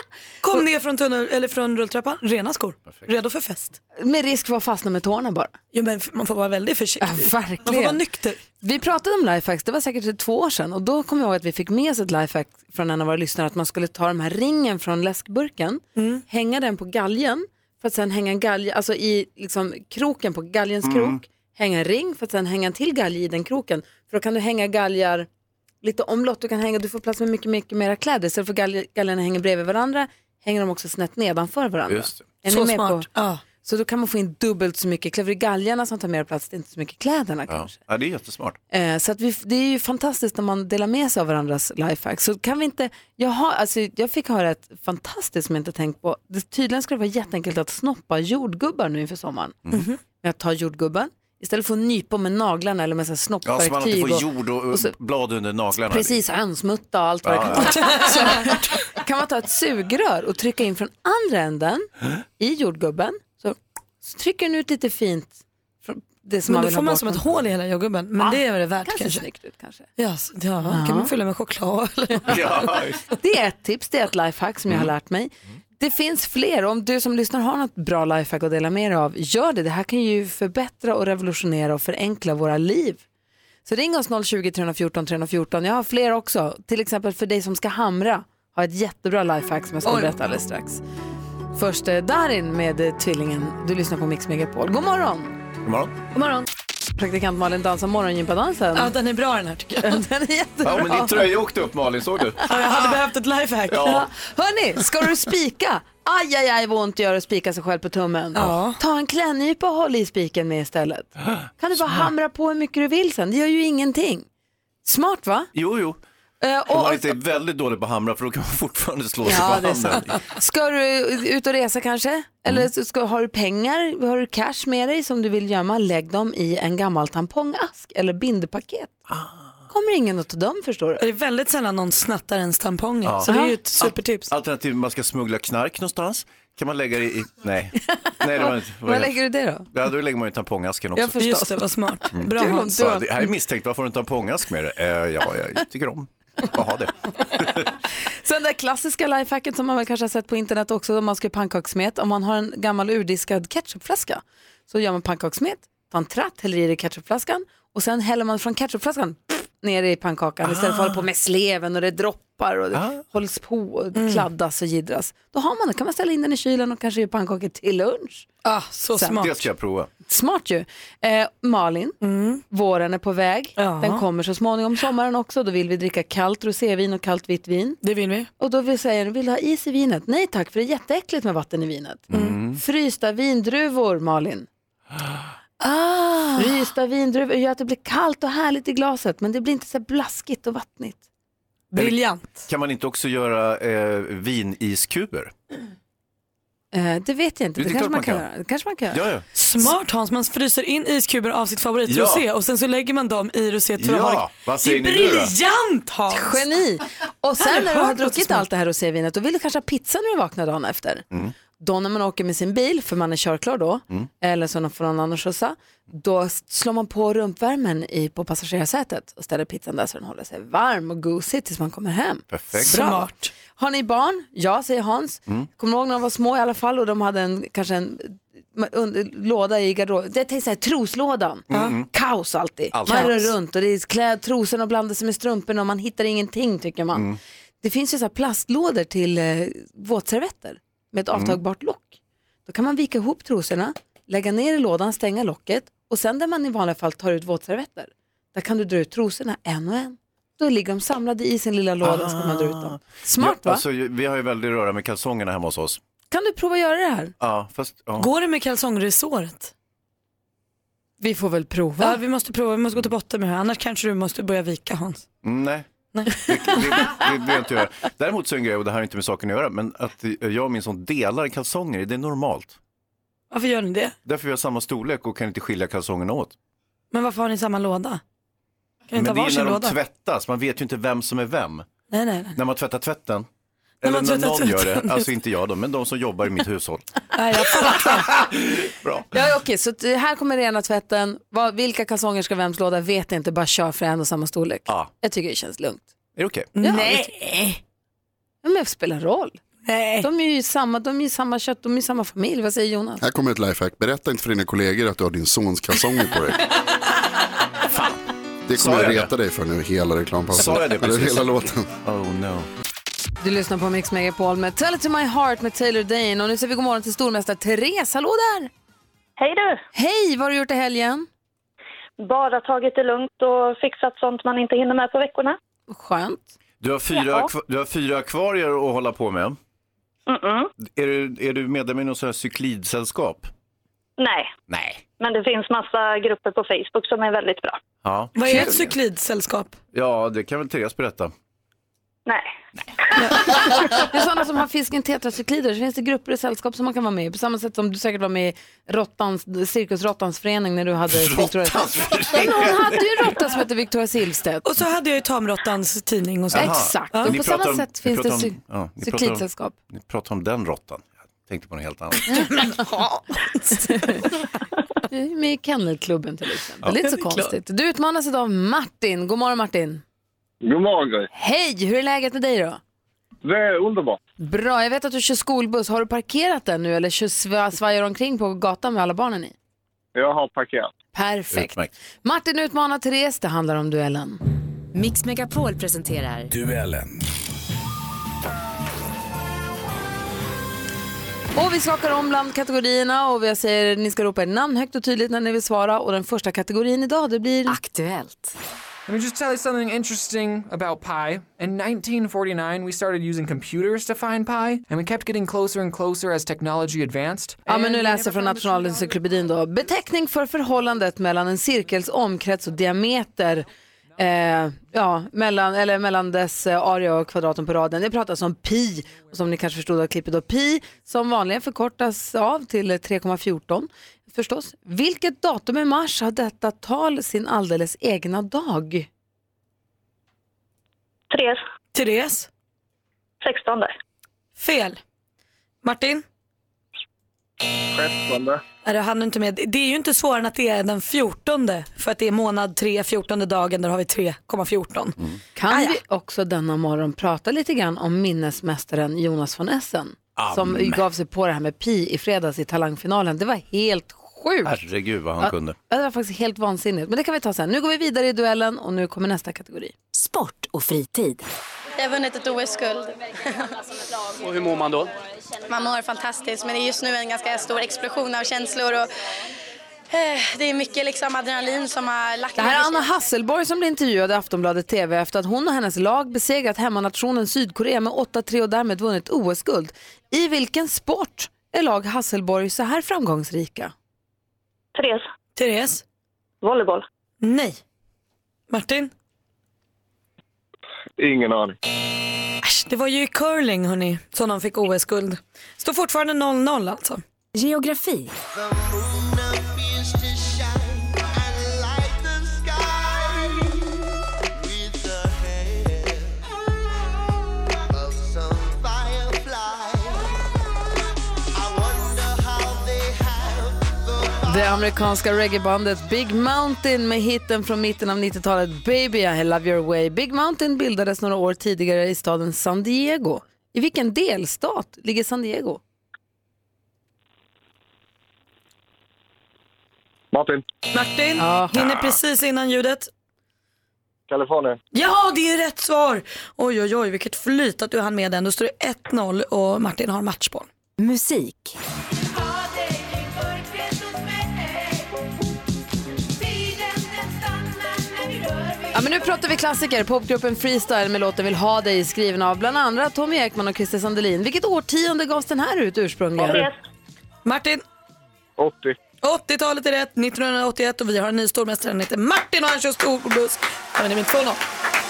S2: Kom ner från tunnel eller från rulltrappan, rena skor. Perfekt. Redo för fest.
S1: Med risk för att fastna med tårna bara.
S2: Jo, men man får vara väldigt försiktig.
S1: Ja, verkligen.
S2: Man får vara nykter.
S1: Vi pratade om lifehacks, det var säkert för två år sedan och då kom jag ihåg att vi fick med oss ett lifehack från en av våra lyssnare att man skulle ta den här ringen från läskburken, mm. hänga den på galgen för att sen hänga en galge, alltså i liksom kroken på galjens mm. krok, hänga en ring för att sen hänga en till galge i den kroken. För då kan du hänga galgar lite omlott, du kan hänga, du får plats med mycket, mycket mera kläder. Så för gal- galgarna hänger bredvid varandra, hänger de också snett nedanför varandra.
S3: Just det.
S1: Är
S2: Så
S1: ni med
S2: smart.
S1: på?
S2: Ja.
S1: Så då kan man få in dubbelt så mycket kläder. Det är galgarna som tar mer plats, det är inte så mycket kläderna
S3: Ja.
S1: kanske.
S3: Ja, det är jättesmart.
S1: Eh, så att vi, det är ju fantastiskt när man delar med sig av varandras lifehacks. Så kan vi inte, jag, har, alltså, jag fick höra ett fantastiskt som jag inte tänkt på. Det, tydligen ska det vara jätteenkelt att snoppa jordgubbar nu inför sommaren. Mm. Mm-hmm. Jag tar jordgubben. Istället för att nypa med naglarna eller med så här
S3: Ja, så man
S1: snoppverktyg.
S3: inte får jord och,
S1: och så,
S3: blad under naglarna.
S1: precis, hönsmutta och allt vad
S3: Ja,
S1: det kan vara. Så kan man ta ett sugrör och trycka in från andra änden i jordgubben. Så, så trycker den ut lite fint. Från det som
S2: Men
S1: man
S2: då
S1: vill
S2: får
S1: ha
S2: man
S1: bort
S2: som ett
S1: från.
S2: hål i hela jordgubben. Men
S1: Ja,
S2: det är väl det värt
S1: kanske.
S2: kanske.
S1: Snyggt ut kanske.
S2: Ja, så, ja, kan man fylla med choklad eller?
S3: Ja, just.
S1: Det är ett tips, det är ett lifehack som jag har lärt mig. Det finns fler, om du som lyssnar har något bra lifehack att dela med dig av, gör det. Det här kan ju förbättra och revolutionera och förenkla våra liv. Så ring oss noll tjugo, tre fjorton, tre fjorton. Jag har fler också, till exempel för dig som ska hamra. Har ett jättebra lifehack som jag ska berätta alldeles strax. Först eh, Darin med eh, tvillingen. Du lyssnar på Mix Megapol. God morgon!
S3: God morgon.
S1: God morgon! Praktikant Malin dansar morgongympa-dansen.
S2: Ja, den är bra den här tycker jag.
S1: Den är jättebra.
S3: Ja, men din tröja åkte upp, Malin, såg du?
S2: Ja, jag hade behövt ett lifehack.
S3: Ja.
S1: Ja. Hörni, ska du spika? Aj, aj, aj, vad ont det gör att spika sig själv på tummen.
S2: Ja.
S1: Ta en klädnypa och håll i spiken med istället. Kan du bara hamra på hur mycket du vill sen? Det gör ju ingenting. Smart va?
S3: Jo, jo.
S1: Uh,
S3: Om
S1: och,
S3: man inte är väldigt dålig på att hamra, för då kan man fortfarande slå sig
S1: ja,
S3: på
S1: det är
S3: handen.
S1: sant. Ska du ut och resa kanske? Eller
S3: Mm.
S1: så ska, har du pengar, har du cash med dig som du vill gömma? Lägg dem i en gammal tampongask eller bindepaket.
S3: Ah.
S1: Kommer ingen att ta dem, förstår du?
S2: Det är väldigt sällan någon snattar ens tamponger.
S3: Ja.
S2: Så det är ju ett supertips.
S3: Alternativt man ska smuggla knark någonstans. Kan man lägga det i... Nej. Nej, det var inte...
S1: Var lägger du det då?
S3: Ja, då lägger man ju tampongasken också.
S1: Jag förstår.
S2: Just det, var smart. Bra
S1: Kul om
S2: Hans.
S1: du
S3: Ja,
S1: har-
S3: det här är misstänkt. Varför har du en tampongask med det? Eh, ja, jag tycker om att ha det.
S1: Sen det klassiska lifehacket som man väl kanske har sett på internet också, om man ska pannkakssmet. Om man har en gammal urdiskad ketchupflaska så gör man pannkakssmet, tar en tratt, häller i det i ketchupflaskan och sen häller man från ketchupflaskan pff, ner i pannkakan istället för att hålla på med sleven och det droppar och det
S3: Ah.
S1: hålls på och kladdas och gidras. Då har man det, kan man ställa in den i kylen och kanske göra pannkakor till lunch.
S2: Ah, så
S1: Sen-
S2: smart.
S3: Det ska jag prova.
S1: Smart ju. Eh, Malin, våren är på väg.
S2: Ja.
S1: Den kommer så småningom sommaren också. Då vill vi dricka kallt rosévin och kallt vitt vin.
S2: Det vill vi.
S1: Och då vill säga, vill du ha is i vinet? Nej tack, för det är jätteäckligt med vatten i vinet. Frysta vindruvor, Malin.
S2: Ah.
S1: Frysta vindruvor gör att det blir kallt och härligt i glaset, men det blir inte så blaskigt och vattnigt.
S2: Briljant.
S3: Kan man inte också göra eh, viniskuber?
S1: Eh, det vet jag inte,
S3: Det
S1: det,
S3: är
S1: kanske
S3: klart
S1: man
S3: man
S1: kan
S3: kan.
S1: göra. Det kanske man kan göra.
S3: Ja, ja.
S2: Smart Hans, man fryser in iskuber av sitt favorit
S3: Ja.
S2: rosé och sen så lägger man dem i roséet för
S3: Ja,
S2: att ha det.
S3: vad
S2: Det
S3: säger
S2: är
S3: ni nu då?
S2: briljant Hans!
S1: Geni! Och sen
S2: Aldrig
S1: när du har
S2: hört något så
S1: druckit
S2: smart.
S1: allt det här rosévinet, då vill du kanske ha pizza när du vaknar dagen efter.
S3: Mm.
S1: Då när man åker med sin bil, för man är körklar då, eller så får någon annan skjutsa, då slår man på rumpvärmen i, på passagerarsätet och ställer pizzan där så den håller sig varm och gosig tills man kommer hem.
S3: Perfekt.
S1: Bra.
S2: Smart.
S1: Har ni barn? Ja, säger Hans. Kommer ihåg när de var små i alla fall och de hade en, kanske en under, låda i garderoben. Det är så här, troslådan. Kaos alltid.
S3: Alltid.
S1: Man rör runt och det är kläd, trosorna blandar sig med strumporna och man hittar ingenting tycker man. Det finns ju så här plastlådor till eh, våtservetter med ett avtagbart lock. Då kan man vika ihop trosorna, lägga ner i lådan, stänga locket och sen där man i vanliga fall tar ut våtservetter, där kan du dra ut trosorna en och en. Då ligger de samlade i sin lilla låda så kan man dra ut dem. Smart
S3: Ja,
S1: va?
S3: alltså, vi har ju väldigt röra med kalsongerna hemma hos oss.
S1: Kan du prova att göra det här?
S3: Ja, fast... Ja.
S2: Går det med kalsongresåret?
S1: Vi får väl prova.
S2: Ja, vi måste prova, vi måste gå till botten med det här. Annars kanske du måste börja vika Hans.
S3: Mm, nej.
S2: Nej.
S3: Det, det, det, det vill jag inte göra. Däremot så är en grej, och det här har inte med saken att göra, men att jag och min son delar kalsonger, det är normalt.
S2: Varför gör ni det?
S3: Därför vi har samma storlek och kan inte skilja kalsongerna åt.
S2: Men varför har ni samma låda?
S3: Men det är när de tvättas, man vet ju inte vem som är vem.
S2: Nej, nej, nej.
S3: När man tvättar tvätten. Eller när någon gör det, alltså inte jag då, men de som jobbar i mitt hushåll.
S1: Nej, jag fattar.
S3: Bra.
S1: Ja, okej, så t- här kommer rena tvätten. Vad, vilka kalsonger ska vems låda vet inte, bara kör för en och samma storlek.
S3: Ja.
S1: Jag tycker det känns lugnt.
S3: Är det okej?
S1: Ja,
S2: Nej.
S1: Men det spelar roll.
S2: Nej.
S1: De är ju samma, de är ju samma kött, de är ju samma familj. Vad säger Jonas?
S9: Här kommer ett lifehack. Berätta inte för dina kollegor att du har din sons kalsonger på dig.
S3: Fan.
S9: Det
S3: Sa
S9: kommer
S3: jag
S9: jag reta dig för nu hela reklampausen.
S3: Sa jag det
S9: Eller
S3: precis?
S9: hela låten.
S3: Oh no.
S1: Du lyssnar på Mix Megapol med Tell It To My Heart med Taylor Dane. Och nu säger vi god morgon till stormästare Therese. Hallå där!
S5: Hej du!
S1: Hej, vad har du gjort i helgen?
S5: Bara tagit det lugnt och fixat sånt man inte hinner med på veckorna.
S1: Skönt.
S3: Du har fyra,
S5: Ja.
S3: akva- du har fyra akvarier att hålla på med.
S5: Mm-mm.
S3: Är du, är du medlem i något sånt här cyklidsällskap?
S5: Nej,
S3: Nej.
S5: men det finns massa grupper på Facebook som är väldigt bra.
S3: Ja.
S2: Vad är ett cyklidsällskap?
S3: Ja, det kan väl Therese berätta.
S5: Nej.
S1: Det är sådana som har fisken tetracyklider. Så finns det grupper och sällskap som man kan vara med i. På samma sätt som du säkert var med i Rottans, Cirkus Rottans förening när du hade Victoria. Hon hade ju en råtta som heter Victoria Silvstedt.
S2: Och så hade jag ju Tamrottans tidning och så.
S3: Aha.
S1: Exakt.
S3: Ja.
S1: Och
S3: Ni
S1: på
S3: pratar
S1: samma
S3: om-
S1: sätt
S3: ni
S1: finns det
S3: pratar
S1: cy-
S3: om- ja, ni pratar om-
S1: cyklidsällskap.
S3: Ni pratar om den råttan. Jag tänkte på något helt annat.
S1: Du är med i Kennelklubben till exempel. Det är inte så konstigt. Du utmanas idag av Martin. God morgon Martin.
S10: God morgon Gry.
S1: Hej, hur är läget med dig då?
S10: Det är underbart.
S1: Bra, jag vet att du kör skolbuss. Har du parkerat den nu eller kör sv- svajar omkring på gatan med alla barnen i?
S10: Jag har parkerat.
S1: Perfekt.
S3: Utmärkt.
S1: Martin utmanar Therese, det handlar om duellen.
S6: Mix Megapol presenterar
S7: Duellen.
S1: Och vi skakar om bland kategorierna och vi säger ni ska ropa ert namn högt och tydligt när ni vill svara. Och den första kategorin idag, det blir
S6: Aktuellt.
S11: Let me just tell you something interesting about pi. In nineteen forty-nine, we started using computers to find pi, and we kept getting closer and closer as technology advanced.
S1: Ja, men nu
S11: And
S1: läser jag från Nationalencyklopedin då. Beteckning för förhållandet mellan en cirkels omkrets och diameter. Eh, ja, mellan, eller mellan dess eh, area och kvadraten på raden. Det pratas om pi, och som ni kanske förstod av klippet då, pi som vanligen förkortas av till tre komma fjorton förstås. Vilket datum i mars har detta tal sin alldeles egna dag?
S5: Therese.
S2: Therese?
S5: sextonde.
S2: Fel. Martin?
S10: Trettonde.
S2: Nej, det hann du inte med. Det är ju inte svårare än att det är den fjortonde. För att det är månad tre, fjortonde dagen, där har vi tre komma fjorton.
S3: Mm.
S1: Kan
S2: Ah, ja.
S1: vi också denna morgon prata lite grann om minnesmästaren Jonas von Essen som
S3: Amen.
S1: gav sig på det här med pi i fredags i talangfinalen. Det var helt sjukt.
S3: Herregud vad han
S1: Ja,
S3: kunde.
S1: Det var faktiskt helt vansinnigt. Men det kan vi ta sen. Nu går vi vidare i duellen och nu kommer nästa kategori.
S6: Sport och fritid.
S12: Jag har vunnit ett O S-guld.
S13: Och hur mår man då?
S12: Man mår fantastiskt, men det är just nu en ganska stor explosion av känslor och eh, det är mycket liksom adrenalin som har lagt
S1: Det här är Anna Hasselborg som blev intervjuad i Aftonbladet T V efter att hon och hennes lag besegrat hemmanationen Sydkorea med åtta tre och därmed vunnit O S-guld. I vilken sport är lag Hasselborg så här framgångsrika?
S5: Therese.
S2: Therese?
S5: Volleyboll.
S2: Nej. Martin?
S10: Ingen aning.
S2: Äsch, det var ju i curling hörni, som de fick O S-guld. Står fortfarande noll noll alltså.
S6: Geografi.
S1: Det amerikanska reggaebandet Big Mountain med hitten från mitten av nittiotalet Baby I Love Your Way. Big Mountain bildades några år tidigare i staden San Diego. I vilken delstat ligger San Diego?
S10: Martin.
S2: Martin,
S1: Ja.
S2: hinner precis innan ljudet.
S10: Kalifornien.
S2: Ja, det är rätt svar. Oj, oj, oj, vilket flyt att du hann med den. Då står det ett noll och Martin har matchboll.
S6: Musik.
S1: Ja, men nu pratar vi klassiker. Popgruppen Freestyle med låten Vill ha dig, skriven av bland andra Tommy Ekman och Christer Sandelin. Vilket årtionde gavs den här ut ursprungligen?
S5: Therese.
S2: Martin,
S10: åttio.
S2: åttiotalet är rätt, nittonhundraåttioett, och vi har en ny stormästare, han heter Martin och han kör storbuss. Ja, men det är min två noll.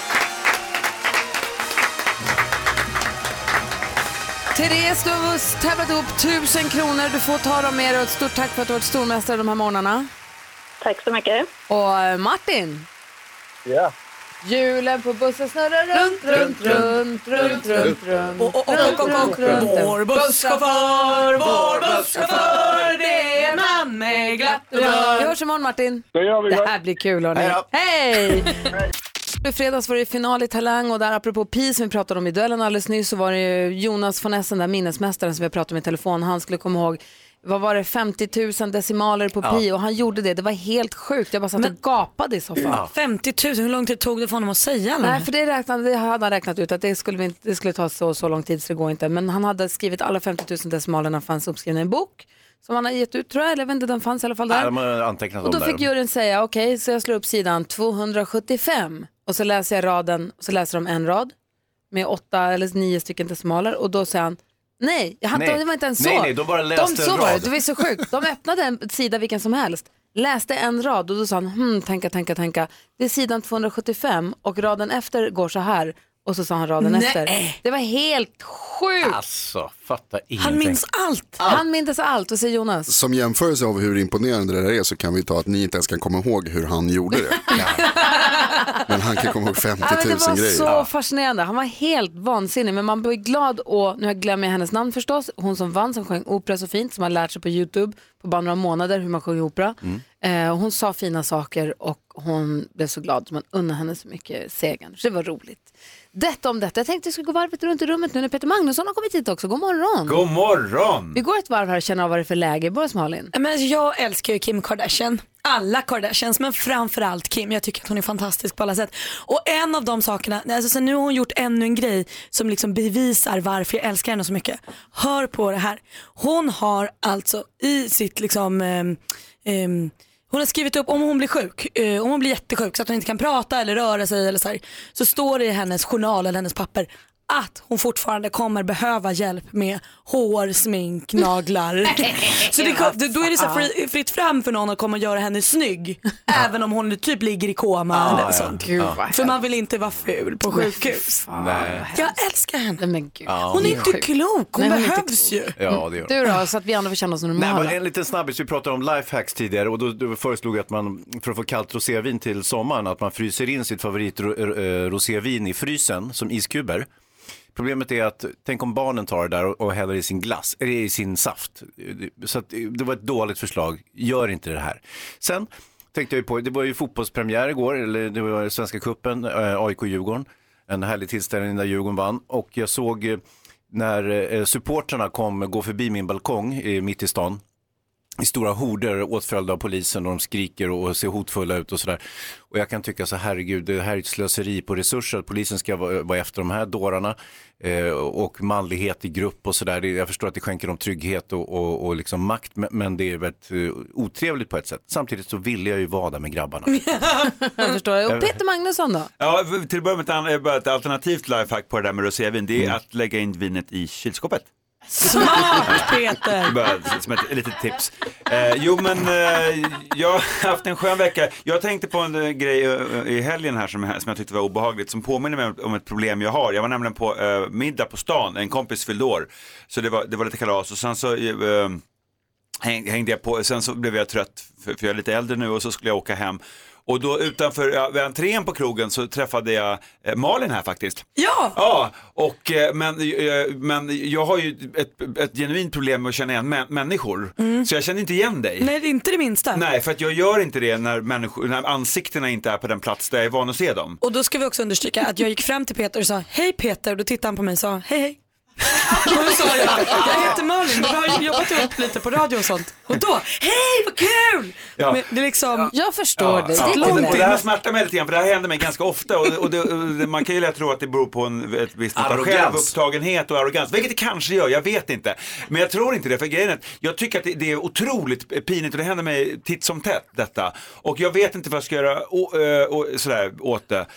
S1: Therese, du har tävlat ihop tusen kronor. Du får ta dem med dig och ett stort tack för att du har varit stormästare de här morgnarna.
S5: Tack så mycket.
S1: Och Martin,
S10: Ja.
S1: Hjulen på bussen snurrar runt, runt, runt, runt, runt, runt.
S2: Och, och, och, och, och, och. Vår busschaufför, vår busschaufför, det är en man med glatt humör.
S1: Vi hörs imorgon, Martin.
S10: Det gör vi.
S1: Det här blir kul, hörni.
S3: Hej då.
S1: Hej! I fredags var det final i Talang och där apropå pi som vi pratade om i duellen alldeles nyss så var det Jonas von Essen, där minnesmästaren som vi pratade om i telefon. Han skulle komma ihåg, vad var det, femtio tusen decimaler på pi, ja. Och han gjorde det. Det var helt sjukt. Jag bara satt och gapade i soffan.
S2: Ja. femtio tusen, hur lång tid tog det för honom att säga? Eller?
S1: Nej, för det, räknade, det hade han räknat ut att det skulle, inte, det skulle ta så, så lång tid så det går inte. Men han hade skrivit alla femtio tusen decimalerna, fanns uppskrivna i en bok som han har gett ut, tror jag. Eller jag vet inte, den fanns i alla fall där.
S3: Ja, de har antecknat
S1: och då fick
S3: där.
S1: juryn säga, okej, okay, så jag slår upp sidan tvåhundrasjuttiofem och så läser jag raden, och så läser de en rad med åtta eller nio stycken decimaler och då säger han, nej, jag hade, det var inte ens så.
S3: Nej, nej, de bara läste
S1: de,
S3: en
S1: så
S3: rad.
S1: var det, det var så sjukt. De öppnade en sida vilken som helst, läste en rad och då sa han, hmm, tänka, tänka, tänka. Det är sidan tvåhundrasjuttiofem och raden efter går så här. Och så sa han raden
S2: nej.
S1: efter. Det var helt sjukt.
S3: Alltså, fatta ingenting.
S2: Han minns allt.
S1: Han minns allt, vad säger Jonas?
S9: Som jämförelse av hur imponerande det där är så kan vi ta att ni inte ens kan komma ihåg hur han gjorde det. Men han kan komma ihåg femtio tusen
S1: ja, det var
S9: grejer.
S1: så
S9: Ja.
S1: fascinerande. Han var helt vansinnig. Men man blir glad och, nu glömmer jag hennes namn förstås. Hon som vann, som sjöng opera så fint. Som har lärt sig på YouTube på bara några månader hur man sjunger opera. Mm. Eh, hon sa fina saker och hon blev så glad. Så man unnar henne så mycket segern. Så det var roligt. Detta om detta. Jag tänkte att jag skulle gå varvet runt i rummet nu när Peter Magnusson har kommit hit också. God morgon.
S14: God morgon.
S1: Vi går ett varv här och känner av vad det är för läge. Boris Malin.
S2: Men jag älskar ju Kim Kardashian. Alla Kardashians, men framförallt Kim. Jag tycker att hon är fantastisk på alla sätt. Och en av de sakerna, alltså så nu har hon gjort ännu en grej som liksom bevisar varför jag älskar henne så mycket. Hör på det här. Hon har alltså i sitt liksom... Um, um, hon har skrivit upp om hon blir sjuk, eh, om hon blir jättesjuk så att hon inte kan prata eller röra sig eller så här, så står det i hennes journal eller hennes papper att hon fortfarande kommer behöva hjälp med hår, smink, naglar. Så det, då är det så fri, fritt fram för någon att komma och göra henne snygg. Även om hon typ ligger i koma ah, eller ja. sånt. Gud, för man vill inte vara ful på sjukhus.
S3: Nej.
S2: Jag älskar henne.
S1: Men Gud.
S3: Ja,
S2: hon är inte
S1: sjuk.
S2: klok, hon
S1: Nej,
S2: behövs ju.
S3: Ja, det gör
S1: du då, så att vi andra får känna oss normala.
S3: Nej, en liten snabbis, vi pratade om lifehacks tidigare och då, då föreslog jag att man för att få kallt rosévin till sommaren att man fryser in sitt favorit rosévin i frysen som iskuber. Problemet är att, tänk om barnen tar det där och, och häller i sin glass, eller i sin saft. Så att, det var ett dåligt förslag. Gör inte det här. Sen tänkte jag på, det var ju fotbollspremiär igår, eller det var Svenska cupen, eh, A I K-Djurgården. En härlig tillställning där Djurgården vann. Och jag såg eh, när eh, supporterna kom gå förbi min balkong eh, mitt i stan. I stora horder åtföljda av polisen och de skriker och ser hotfulla ut och sådär. Och jag kan tycka så herregud, det här är ett slöseri på resurser. Att polisen ska vara, vara efter de här dårarna eh, och manlighet i grupp och sådär. Jag förstår att det skänker dem trygghet och, och, och liksom makt, men det är väldigt uh, otrevligt på ett sätt. Samtidigt så vill jag ju vara där med grabbarna.
S1: Jag förstår. Och Peter Magnusson då?
S14: Ja, till att börja med ett, ett alternativt lifehack på det där med rosévin. Det är mm. att lägga in vinet i kylskåpet.
S2: Smart Peter!
S14: Bara som ett, ett litet tips. Eh, jo men eh, jag har haft en skön vecka. Jag tänkte på en uh, grej uh, i helgen här som, som jag tyckte var obehagligt. Som påminner mig om, om ett problem jag har. Jag var nämligen på uh, middag på stan. En kompis fyllde år. Så det var, det var lite kalas. Och sen så uh, häng, hängde jag på. Sen så blev jag trött. För, för jag är lite äldre nu. Och så skulle jag åka hem. Och då utanför ja, vid entrén på krogen så träffade jag eh, Malin här faktiskt.
S2: Ja!
S14: Ja, och, eh, men, eh, men jag har ju ett, ett genuint problem med att känna igen mä- människor. Mm. Så jag känner inte igen dig.
S2: Nej, det är inte det minsta.
S14: Nej, för att jag gör inte det när, människor, när ansiktena inte är på den plats där jag är van att se dem.
S2: Och då ska vi också understryka att jag gick fram till Peter och sa hej Peter, och då tittade han på mig och sa hej hej. Och då sa jag, jag heter Malin, och vi har jobbat upp lite på radio och sånt. Och då, hej vad kul!
S14: Ja.
S2: Men det är liksom,
S1: jag förstår
S14: ja,
S1: det.
S14: Ja.
S1: Det,
S14: Och, och det här smärtar mig lite grann, för det här händer mig ganska ofta. Och, och, det, och det, man kan ju lätt tro att det beror på en ett visst självupptagenhet och arrogans. Vilket det kanske gör, jag vet inte. Men jag tror inte det, för grejen är att jag tycker att det, det är otroligt pinigt. Och det händer mig titt som tätt detta. Och jag vet inte vad jag ska göra och, och, och, sådär, åt det.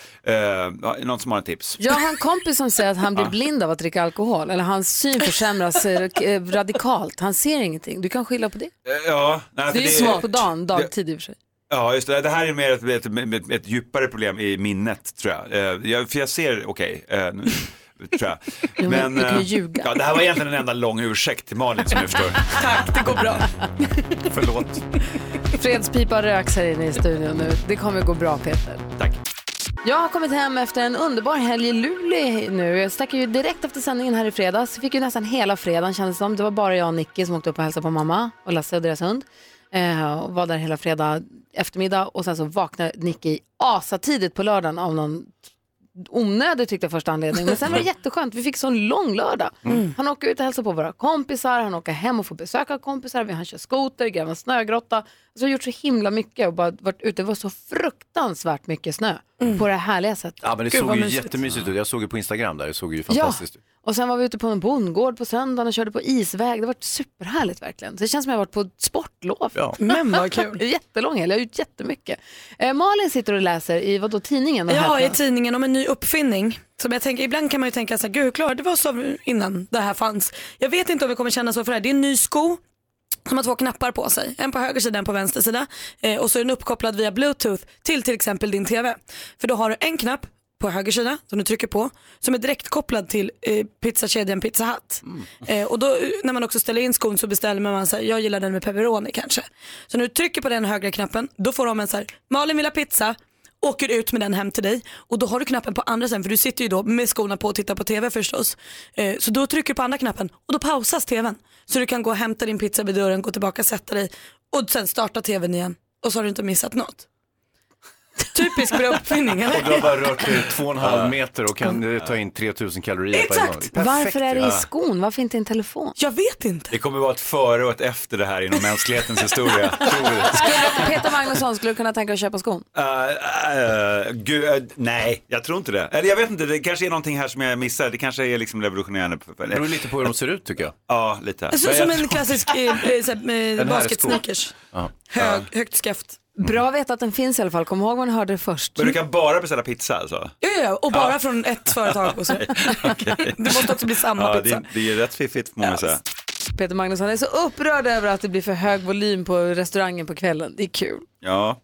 S14: Uh, någon som har en tips?
S1: Jag har en kompis som säger att han blir blind av att dricka alkohol. Eller hans syn försämras eh, radikalt. Han ser ingenting. Du kan skilja på det.
S14: Ja, nej,
S1: det är ju svårt på dagen, dagtid i och för sig.
S14: Ja, just det. Det här är mer ett, ett, ett, ett djupare problem i minnet, tror jag. jag för jag ser, okej, okay, uh, tror jag.
S1: Jo, men, men du kan ju ljuga.
S14: Ja, det här var egentligen en enda lång ursäkt till Malin, som jag förstår.
S2: Tack, det går bra.
S3: Förlåt.
S1: Fredspipa röks här inne i studion nu. Det kommer gå bra, Peter.
S14: Tack.
S1: Jag har kommit hem efter en underbar helg i Luleå nu. Jag stack ju direkt efter sändningen här i fredags. Fick ju nästan hela fredagen, kändes som. Det var bara jag och Nicky som åkte upp och hälsade på mamma och Lasse och deras hund. Eh, och var där hela fredag eftermiddag. Och sen så vaknade Nicky asatidigt på lördagen av någon onödig tyckte jag första anledning. Men sen var det jätteskönt. Vi fick så en lång lördag. Mm. Han åker ut och hälsar på våra kompisar. Han åker hem och får besöka kompisar. Han kör skoter, gräver en snögrotta. Så jag har gjort så himla mycket och bara varit ute. Det var så fruktansvärt mycket snö mm. på det härliga sättet.
S3: Ja, men det Gud, såg ju jättemysigt ut. Jag såg ju på Instagram där. Det såg ju fantastiskt
S1: ja.
S3: ut.
S1: Och sen var vi ute på en bondgård på söndagen och körde på isväg. Det var superhärligt verkligen. Så det känns som jag har varit på sportlov.
S3: Ja.
S1: Men vad kul. Jättelång helg. Jag har gjort jättemycket. Eh, Malin sitter och läser i vad då, tidningen? Och
S2: ja, i tidningen om en ny uppfinning. Som jag tänker, ibland kan man ju tänka så här, gud klar, det var så innan det här fanns. Jag vet inte om vi kommer känna så för det här. Det är en ny sko som har två knappar på sig. En på höger sida, en på vänster sida. Eh, och så är den uppkopplad via Bluetooth till till exempel din tv. För då har du en knapp på höger sida som du trycker på som är direkt kopplad till eh, pizzakedjan Pizza Hut. Mm. Eh, och då när man också ställer in skon så beställer man så här, jag gillar den med pepperoni kanske. Så när du trycker på den högra knappen då får de en så här, Malin vill ha pizza, åker ut med den hem till dig och då har du knappen på andra sidan för du sitter ju då med skorna på och tittar på tv förstås. Eh, så då trycker du på andra knappen och då pausas tvn. Så du kan gå och hämta din pizza vid dörren, gå tillbaka, sätta dig och sen starta tvn igen och så har du inte missat något. Typisk bra uppfinning, eller?
S3: Och du har bara rört dig två och en halv meter och kan ta in tre tusen kalorier
S2: Exakt.
S3: på en gång. Perfekt.
S1: Varför är det i skon? Varför inte en telefon?
S2: Jag vet inte.
S14: Det kommer vara ett före och ett efter det här inom mänsklighetens historia.
S1: Skulle Peter Magnusson skulle kunna tänka att köpa skon?
S14: Uh, uh, gud, uh, nej, jag tror inte det. Eller jag vet inte, det kanske är någonting här som jag missar. Det kanske är liksom revolutionerande.
S3: Det beror lite på hur de ser ut tycker jag.
S14: Ja, lite.
S2: Så, som en klassisk äh, basketsneakers.
S3: Uh.
S2: Hög, högt skaft.
S1: Bra att veta att den finns i alla fall. Kom ihåg man hörde det först.
S14: Men du kan bara beställa pizza alltså?
S2: Ja, ja, och bara ja. från ett företag. Och så.
S14: Okay.
S2: Det måste också bli samma
S14: ja,
S2: pizza.
S14: Det, det är rätt fiffigt får man yes. säga.
S1: Peter Magnusson är så upprörd över att det blir för hög volym på restaurangen på kvällen. Det är kul.
S14: Ja.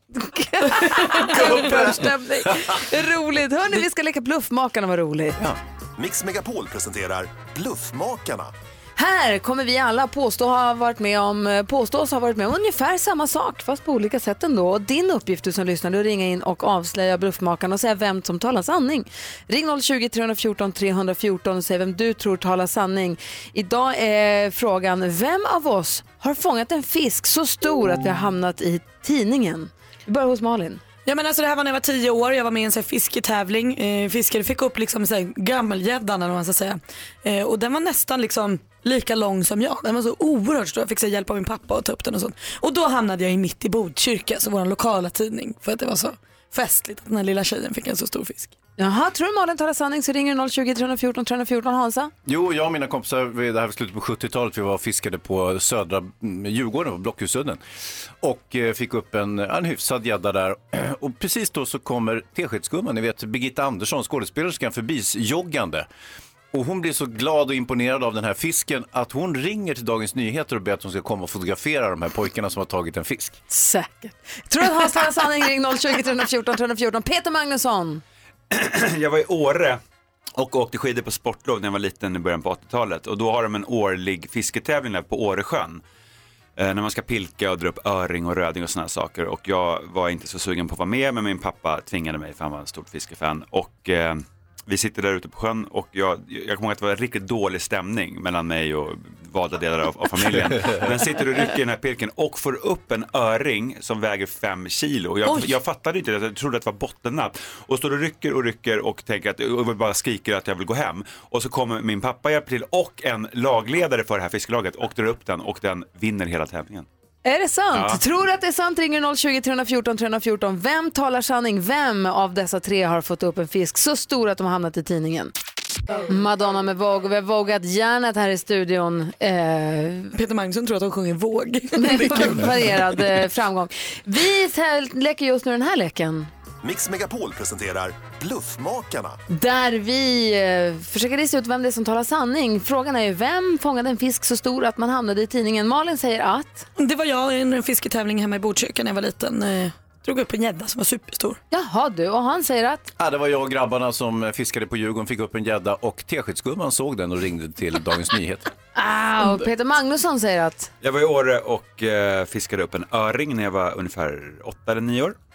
S1: Det är roligt. Hörni, vi ska leka Bluffmakarna, vad roligt.
S7: Ja. Mix Megapol presenterar Bluffmakarna.
S1: Här kommer vi alla påstå ha varit med om, påstås ha varit med om ungefär samma sak fast på olika sätt ändå. Och din uppgift du som lyssnar är att ringa in och avslöja Bluffmakarna och säga vem som talar sanning. Ring noll tjugo, tre fjorton, tre fjorton och säg vem du tror talar sanning. Idag är frågan, vem av oss har fångat en fisk så stor att vi har hamnat i tidningen? Vi börjar hos Malin.
S2: Ja, men alltså det här var när jag var tio år, jag var med i en så här fisketävling. Eh, fiskare fick upp liksom så här gammelgäddan eller vad man ska säga. Eh, och den var nästan liksom lika lång som jag. Den var så oerhört stor. Jag fick så här hjälp av min pappa att ta upp den och sånt. Och då hamnade jag i mitt i Botkyrka, så vår lokala tidning. För att det var så festligt att den här lilla tjejen fick en så stor fisk.
S1: Jaha, tror du Malin talar sanning så ringer noll tjugo, tre fjorton, tre fjorton. Hansa?
S3: Jo, jag och mina kompisar, det här var slutet på sjuttiotalet, vi var fiskade på södra Djurgården, på Blockhusudden. Och eh, fick upp en, en hyfsad gädda där. Och precis då så kommer teskedsgumman, ni vet Birgitta Andersson, skådespelerskan, förbis joggande. Och hon blir så glad och imponerad av den här fisken att hon ringer till Dagens Nyheter och ber att hon ska komma och fotografera de här pojkarna som har tagit en fisk.
S1: Säkert. Tror du att Hans talar sanning? Ring noll tjugo, tre fjorton, tre fjorton. Peter Magnusson.
S14: Jag var i Åre och åkte skidor på sportlov när jag var liten i början på åttiotalet. Och då har de en årlig fisketävling där på Åresjön. Eh, när man ska pilka och dra upp öring och röding och såna här saker. Och jag var inte så sugen på att vara med, men min pappa tvingade mig för han var en stort fiskefan. Och eh, vi sitter där ute på sjön och jag, jag kommer ihåg att det var en riktigt dålig stämning mellan mig och valda delar av, av familjen. Men sitter och rycker i den här pilken och får upp en öring som väger fem kilo. Jag, jag fattade inte det, jag trodde att det var bottennapp. Och står och rycker och rycker och tänker att, och bara skriker att jag vill gå hem. Och så kommer min pappa hjälpa till och en lagledare för det här fiskelaget och drar upp den och den vinner hela tävlingen.
S1: Är det sant?
S14: Ja.
S1: Tror du att det är sant? Ringer noll tjugo, tre fjorton, tre fjorton. Vem talar sanning? Vem av dessa tre har fått upp en fisk så stor att de har hamnat i tidningen? Madonna med Våg, och vi har vågat hjärnet här i studion. Eh,
S2: Peter Magnusson tror att de sjunger Våg.
S1: Med varierad eh, framgång. Vi leker just nu den här leken.
S7: Mix Megapol presenterar Bluffmakarna.
S1: Där vi eh, försöker lista ut vem det är som talar sanning. Frågan är ju, vem fångade en fisk så stor att man hamnade i tidningen? Malin säger att...
S2: Det var jag i en fisketävling hemma i Botkyrka när jag var liten. Eh, drog upp en gädda som var superstor.
S1: Jaha du, och han säger att...
S3: Ja, det var jag och grabbarna som fiskade på Djurgården, fick upp en gädda och teskedsgumman såg den och ringde till Dagens Nyheter.
S1: Ah, och Peter Magnusson säger att...
S14: Jag var i Åre och eh, fiskade upp en öring när jag var ungefär åtta eller nio år.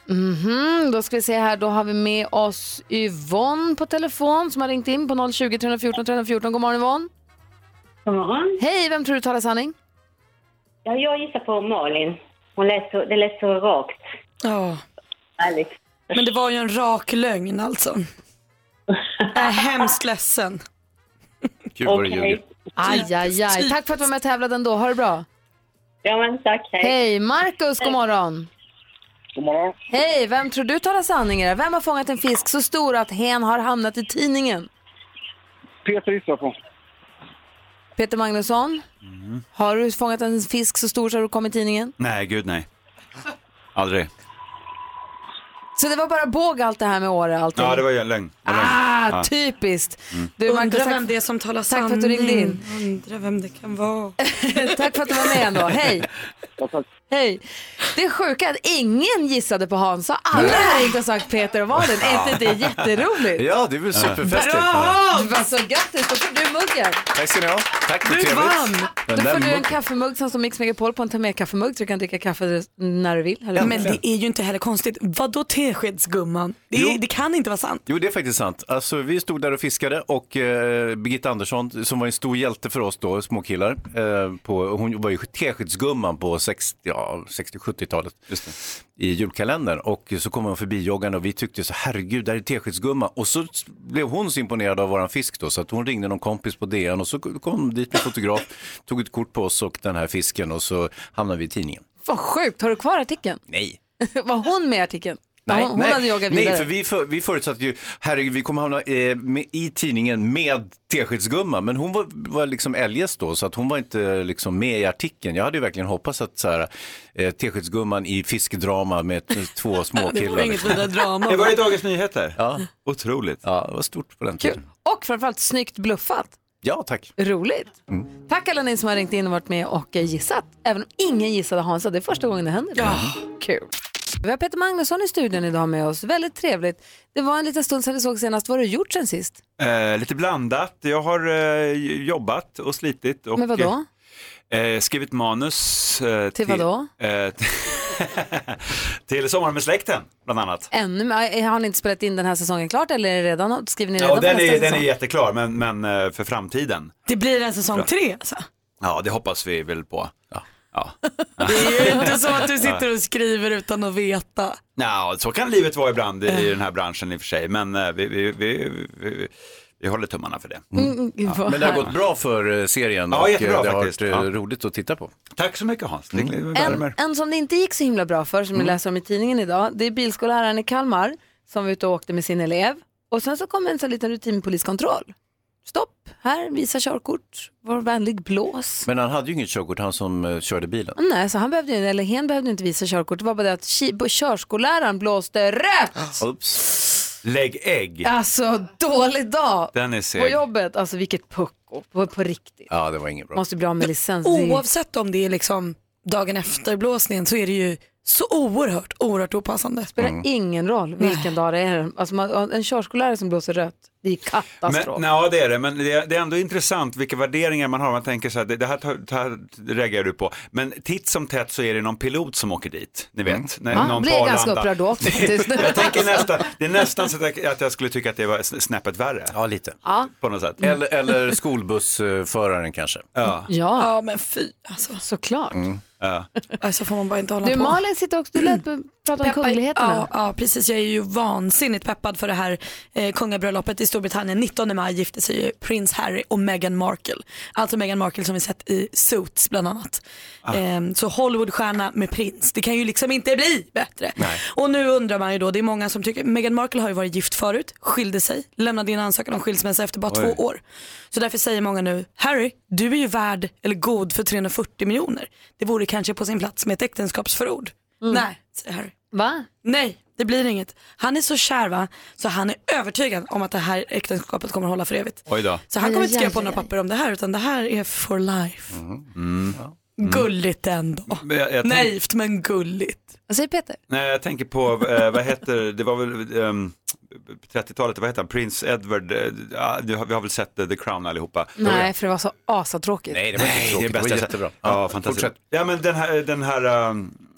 S1: Mhm, då ska vi se här, då har vi med oss Yvonne på telefon som har ringt in på noll tjugo, tre fjorton, tre fjorton. God morgon Yvonne.
S15: God morgon.
S1: Hej, vem tror du talar sanning?
S15: Ja, jag gissar på Malin. Hon lät så, det lät så rakt.
S2: Ja.
S15: Ärligt.
S2: Men det var ju en rak lögn alltså. Jag är hemskt ledsen.
S3: Gud vad du ljuger.
S1: Aj, aj, aj. Tack för att du var med och tävlade ändå. Ha det bra.
S15: Ja, men tack. Hej.
S1: Hej, Marcus, god morgon.
S10: God morgon.
S1: Hej, vem tror du talar sanningar? Vem har fångat en fisk så stor att hen har hamnat i tidningen?
S10: Peter gissar på.
S1: Peter Magnusson,
S14: Mm.
S1: har du fångat en fisk så stor så har du kommit i tidningen?
S14: Nej, gud nej. Aldrig.
S1: Så det var bara båg allt det här med Åre allting?
S14: Ja, det var ju en lögn. En lögn.
S1: Ah,
S14: Ja.
S1: typiskt.
S14: Mm.
S1: Du, Marcus,
S2: Undrar
S1: tack,
S2: vem det är som talar
S1: tack
S2: sanning.
S1: för att du ringde in.
S2: Undrar vem det kan vara.
S1: Tack för att du var med ändå. Hej. Hej. Det är sjuka att ingen gissade på Hansa. Alla här inte har sagt Peter och Malin. Är inte det jätteroligt?
S3: Ja, det är väl superfestligt.
S1: Bra! Alltså, grattis, då får du muggen.
S3: Tack ska ni ha. Tack, vad
S1: Du
S3: trevligt.
S1: vann!
S3: Den
S1: Då
S3: där
S1: får du en
S3: muggen.
S1: kaffemugg som står Mix Megapol på en ta med kaffemugg så du kan dricka kaffe när du vill. Eller?
S2: Men det är ju inte heller konstigt. Vadå teskedsgumman? Det, är, det kan inte vara sant.
S3: Jo, det är faktiskt sant. Alltså, vi stod där och fiskade och eh, Birgitta Andersson, som var en stor hjälte för oss då, småkillar, eh, på, hon var ju teskedsgumman på sextio, ja, sextio-sjuttiotalet i julkalendern. Och så kom hon förbi joggan och vi tyckte så, herregud, där är teskedsgumman. Och så blev hon så imponerad av våran fisk då, så att hon ringde någon kompis på D N och så kom hon dit med fotograf, tog ett kort på oss och den här fisken och så hamnade vi i tidningen.
S1: Vad sjukt, har du kvar artikeln?
S3: Nej.
S1: Var hon med i artikeln?
S3: Nej,
S1: hon hon
S3: nej,
S1: hade joggat vidare.
S3: nej, för vi, för, vi förutsatte ju, herregud, vi kommer hamna eh, med, i tidningen med teskedsgumman, men hon var, var liksom eljest då, så att hon var inte liksom med i artikeln. Jag hade ju verkligen hoppats att så här, eh, teskedsgumman i fiskdrama med två små killar.
S2: Det var inget vidare drama.
S14: Det var i Dagens Nyheter.
S3: Ja.
S14: Otroligt.
S3: Ja, det var stort på den
S1: Kul.
S3: tiden.
S1: Och framförallt snyggt bluffat.
S3: Ja, tack.
S1: Roligt.
S3: Mm.
S1: Tack alla ni som har ringt in och varit med och eh, gissat. Även om ingen gissade Hansa, det är första gången det händer. Ja. Kul. Vi har Peter Magnusson i studion idag med oss. Väldigt trevligt. Det var en liten stund sedan vi såg senast. Vad har du gjort sen sist?
S14: Eh, lite blandat. Jag har eh, jobbat och slitit. Och,
S1: Men vadå?
S14: Eh, skrivit manus. Eh,
S1: Till vadå?
S14: Eh, till Sommaren med släkten, bland annat.
S1: Ännu mer. Har ni inte spelat in den här säsongen klart eller är det redan, skriver ni redan
S14: Ja,
S1: på
S14: den,
S1: nästa
S14: är, den
S1: säsong?
S14: är jätteklar, men, men eh, för framtiden.
S2: Det blir en säsong tre alltså.
S14: Ja, det hoppas vi väl på. Ja. Ja.
S2: Det är ju inte så att du sitter och skriver utan att veta.
S14: Ja, så kan livet vara ibland i, i den här branschen i och för sig, men eh, vi, vi, vi, vi, vi håller tummarna för det.
S1: Mm,
S3: Ja, men det har gått bra för eh, serien
S14: Ja,
S3: och eh,
S14: jättebra
S3: det har
S14: faktiskt.
S3: varit eh,
S14: Ja.
S3: roligt att titta på.
S14: Tack så mycket Hans, det
S3: Mm.
S1: En, en som det inte gick så himla bra för, som
S3: Mm.
S1: ni läser om i tidningen idag, det är bilskolläraren i Kalmar som var ute och åkte med sin elev. Och sen så kom en sån liten rutinpoliskontroll. Stopp, här, visa körkort, var vänlig, blås.
S3: Men han hade ju inget körkort, han som eh, körde bilen.
S1: Nej, så han behövde ju, eller hen behövde inte visa körkort. Det var bara det att ki- körskolläraren blåste rött.
S3: Oops.
S14: Lägg ägg.
S1: Alltså, dålig dag
S14: Den är
S1: på
S14: seg.
S1: jobbet. Alltså vilket pucko, på, på riktigt.
S3: Ja, det var inget bra.
S1: Måste bli av med licens. Det är-
S2: Oavsett om det är liksom dagen efter blåsningen så är det ju så oerhört, oerhört opassande.
S1: spelar ingen roll vilken dag det är. Alltså man, en körskollärare som blåser rött, det är katastrof.
S14: Men, ja, det är det, men det är, det är ändå intressant vilka värderingar man har. Man tänker så här, det, det, här, det här reagerar du på. Men titt som tätt så är det någon pilot som åker dit, ni vet. Mm. När,
S1: Ja,
S14: någon
S1: blir
S14: på
S1: ganska
S14: Arlanda.
S1: upprörd då också, faktiskt.
S14: Jag tänker nästan, det är nästan så att jag, att jag skulle tycka att det var snäppet värre.
S3: Ja, lite.
S1: Ja.
S14: På något sätt.
S3: Eller, eller skolbussföraren kanske.
S14: Ja.
S1: Ja.
S2: Ja, men fy. Alltså.
S1: Såklart.
S3: Mm.
S14: Ja.
S2: Alltså får man bara inte hålla
S1: Du
S2: på.
S1: Malin sitter också, du lät prata om
S2: Peppad-
S1: kungligheterna.
S2: Ja, ja, precis. Jag är ju vansinnigt peppad för det här eh, kungabröllopet i Storbritannien. nittonde maj gifte sig ju prins Harry och Meghan Markle. Alltså Meghan Markle som vi sett i Suits bland annat.
S14: Ah.
S2: Eh, så Hollywoodstjärna med prins. Det kan ju liksom inte bli bättre.
S14: Nej.
S2: Och nu undrar man ju då, det är många som tycker, Meghan Markle har ju varit gift förut, skilde sig, lämnade in ansökan om skilsmässa efter bara
S14: Oj.
S2: två år. Så därför säger många nu, Harry, du är ju värd eller god för trehundrafyrtio miljoner. Det vore kanske på sin plats med ett äktenskapsförord.
S1: Mm.
S2: Nej, säger Harry.
S1: Va?
S2: Nej, det blir inget. Han är så kär va, så han är övertygad om att det här äktenskapet kommer att hålla för evigt.
S14: Oj då.
S2: Så han
S1: Aj,
S2: kommer
S1: aj,
S2: inte skriva
S1: aj,
S2: på några
S1: aj.
S2: papper om det här, utan det här är for life.
S14: Mm.
S2: Gulligt ändå.
S14: Men jag, jag tänk,
S2: Naivt men gulligt.
S1: Vad säger Peter?
S14: nej, jag tänker på, eh, vad heter, det var väl um, trettiotalet, vad heter han? Prins Edward, eh, ja, du har- vi har väl sett eh, The Crown allihopa.
S1: Nej, för det var så asatråkigt.
S3: Nej, det var inte
S14: Nej,
S3: tråkigt.
S14: det är
S3: Det var
S14: bästa.
S3: jättebra.
S14: Ja,
S3: Ja,
S14: fantastiskt.
S3: fortsätt.
S14: Ja, men den här, den här um,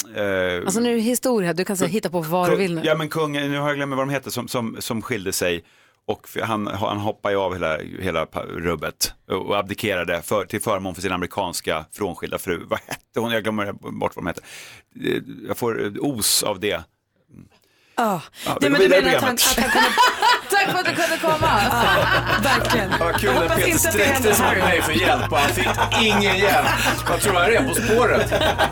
S14: eh,
S1: Alltså nu är det historia, du kan säga hitta på vad du vill nu.
S14: Ja men kung, nu har jag glömt vad de heter som, som, som skilde sig. Och han, han hoppade ju av hela, hela rubbet och abdikerade för, till förmån för sin amerikanska frånskilda fru. Vad hette hon? Jag glömmer bort vad de hette. Jag får os av det.
S1: Oh.
S14: Ja,
S1: det, men du menar att han, att han kunde... Tack för att du kunde komma. Ah, verkligen.
S3: Ja, kul när Peter sträckte sig med mig för hjälp och han fick ingen hjälp. Vad tror jag är på spåret?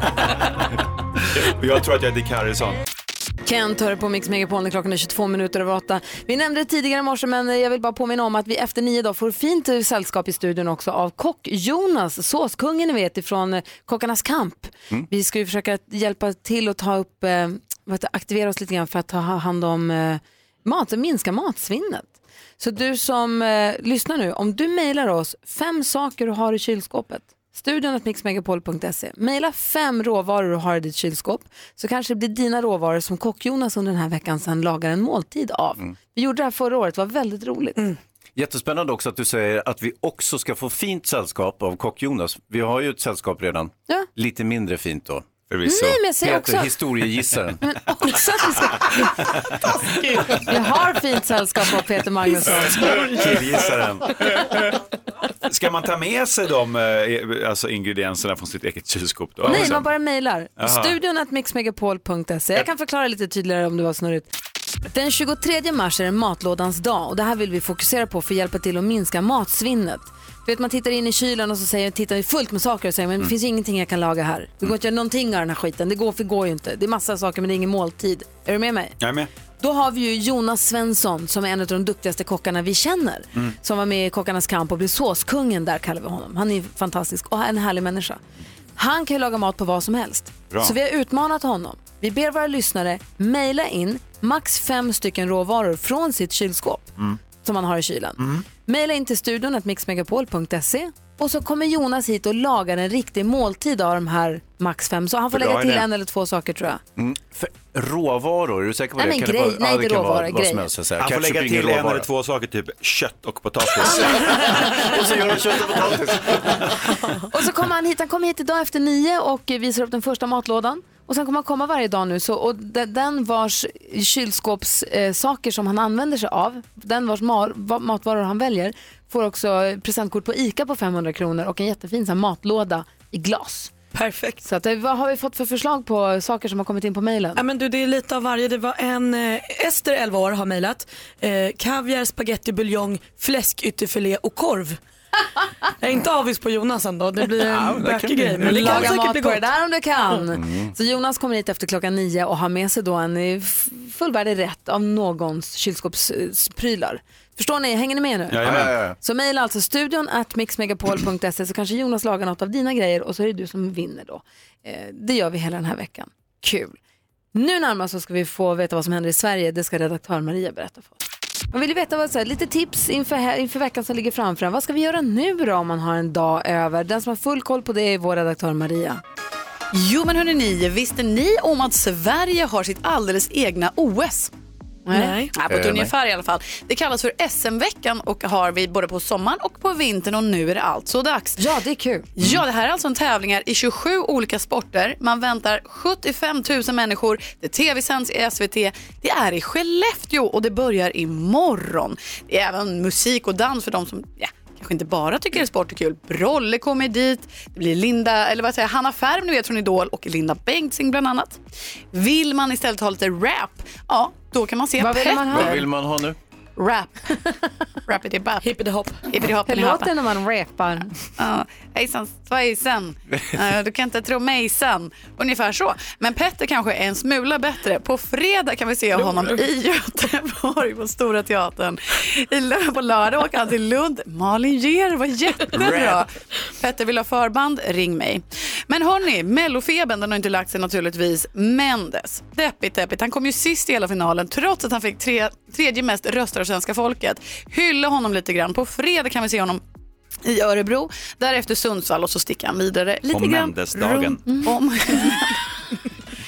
S14: Jag tror att jag är Dick Harrison.
S1: Kent hör på Mix Megapol, klockan är tjugotvå minuter över åtta. Vi nämnde det tidigare i morse, men jag vill bara påminna om att vi efter nio dag får fint sällskap i studion också av kock Jonas, såskungen ni vet ifrån Kockarnas kamp. Mm. Vi ska ju försöka hjälpa till att ta upp, eh, aktivera oss lite grann för att ta hand om eh, mat, minska matsvinnet. Så du som eh, lyssnar nu, om du mejlar oss fem saker du har i kylskåpet, studion at mixmegapol punkt se. Maila fem råvaror du har i ditt kylskåp, så kanske det blir dina råvaror som kock Jonas under den här veckan sedan lagar en måltid av. Mm. Vi gjorde det här förra året, det var väldigt roligt. Mm.
S3: Jättespännande också att du säger att vi också ska få fint sällskap av kock Jonas. Vi har ju ett sällskap redan, ja. Lite mindre fint då.
S1: Förvisso. Nej, men jag säger
S3: Peter,
S1: också...
S3: historiegissaren.
S1: Men också att vi ska... Vi har fint sällskap av Peter Magnusson.
S14: Killgissaren. Ska man ta med sig de alltså ingredienserna från sitt eget kylskåp då?
S1: Nej, man bara mejlar. studion at mixmegapol punkt se. Jag kan förklara lite tydligare om det var snurrigt. Den tjugotredje mars är en matlådans dag och det här vill vi fokusera på för att hjälpa till att minska matsvinnet. Du vet, man tittar in i kylen och så säger, tittar fullt med saker och säger men det finns ingenting jag kan laga här. Det går inte att göra någonting av den här skiten. Det går för går ju inte. Det är massa saker men det är ingen måltid. Är du med mig?
S14: Jag är med.
S1: Då har vi ju Jonas Svensson som är en av de duktigaste kockarna vi känner. Mm. Som var med i Kockarnas kamp och blev såskungen där kallar vi honom. Han är fantastisk och en härlig människa. Han kan ju laga mat på vad som helst. Bra. Så vi har utmanat honom. Vi ber våra lyssnare mejla in max fem stycken råvaror från sitt kylskåp. Mm. Som man har i kylen. Mm. Maila in till studion at mixmegapol punkt se och så kommer Jonas hit och lagar en riktig måltid av de här max fem. Så han får lägga till en eller två saker tror jag.
S3: Mm. För råvaror, är du säker på
S1: nej,
S3: det?
S1: Men
S3: kan
S1: grej,
S3: det vara,
S1: nej,
S3: ja, det
S1: inte råvaror,
S3: vad som helst,
S14: han får lägga till en eller två saker, typ kött och potatis.
S3: Och så gör han kött och potatis.
S1: Och så kommer han hit, han kommer hit idag efter nio och visar upp den första matlådan. Och sen kommer han komma varje dag nu. Så, och den vars kylskåpssaker eh, som han använder sig av, den vars mar, matvaror han väljer, får också presentkort på ICA på femhundra kronor och en jättefin sån matlåda i glas.
S2: Perfekt.
S1: Så att, vad har vi fått för förslag på saker som har kommit in på mejlen?
S2: Ja, men du, det är lite av varje. Det var en eh, Ester, elva år, har mejlat. Eh, kaviar, spaghetti, buljong, fläskytterfilé och korv. Jag är inte avis på Jonas ändå. Det blir en ja, bökig grej. Men det kan
S1: laga mat på det där om du kan.
S2: Mm.
S1: Så Jonas kommer hit efter klockan nio och har med sig då en fullvärdig rätt av någons kylskåpsprylar. Förstår ni? Hänger ni med nu?
S14: Ja, ja, ja.
S1: Så mejla alltså studion at mixmegapol punkt se så kanske Jonas lagar något av dina grejer och så är det du som vinner då. Eh, det gör vi hela den här veckan. Kul. Nu närmast så ska vi få veta vad som händer i Sverige. Det ska redaktör Maria berätta för oss. Man vill ju veta vad så här, lite tips inför, inför veckan som ligger framför en. Vad ska vi göra nu då om man har en dag över? Den som har full koll på det är vår redaktör Maria.
S8: Jo men hörni, visste ni om att Sverige har sitt alldeles egna O S? Nej. Nej. Nej, på ett äh, ungefär nej. I alla fall. Det kallas för S M-veckan och har vi både på sommaren och på vintern och nu är det alltså dags.
S1: Ja, det är kul. Mm.
S8: Ja, det här är alltså en tävlingar i tjugosju olika sporter. Man väntar sjuttiofem tusen människor. Det tv-sänds i S V T. Det är i Skellefteå och det börjar imorgon. Det är även musik och dans för de som... Ja, kanske inte bara tycker att sport är kul. Brolle kommer dit. Det blir Linda, eller vad säger Hanna Färm, ni vet från Idol, och Linda Bengtzing bland annat. Vill man istället ha lite rap? Ja, då kan man se
S1: vad vill man ha?
S3: Vad vill man ha nu?
S8: Rap. Rappity bap.
S2: Hippity hop.
S8: Hippity hop.
S1: Det låter när man rappar.
S8: Ja, hejsan svejsen. Uh, du kan inte tro mejsan. Ungefär så. Men Petter kanske är en smula bättre. På fredag kan vi se honom i Göteborg på Stora Teatern. I, på lördag åker han till Lund. Malin Ger var jättebra. Petter vill ha förband, ring mig. Men hörni, Mellofeben, den har inte lagt sig naturligtvis. Mendes, deppigt, deppigt. Han kom ju sist i hela finalen trots att han fick tre, tredje mest röster av svenska folket. Hylla honom lite grann. På fredag kan vi se honom i Örebro, därefter Sundsvall och så sticker han vidare lite
S14: om
S8: grann
S14: Mendesdagen.
S8: Mm. Om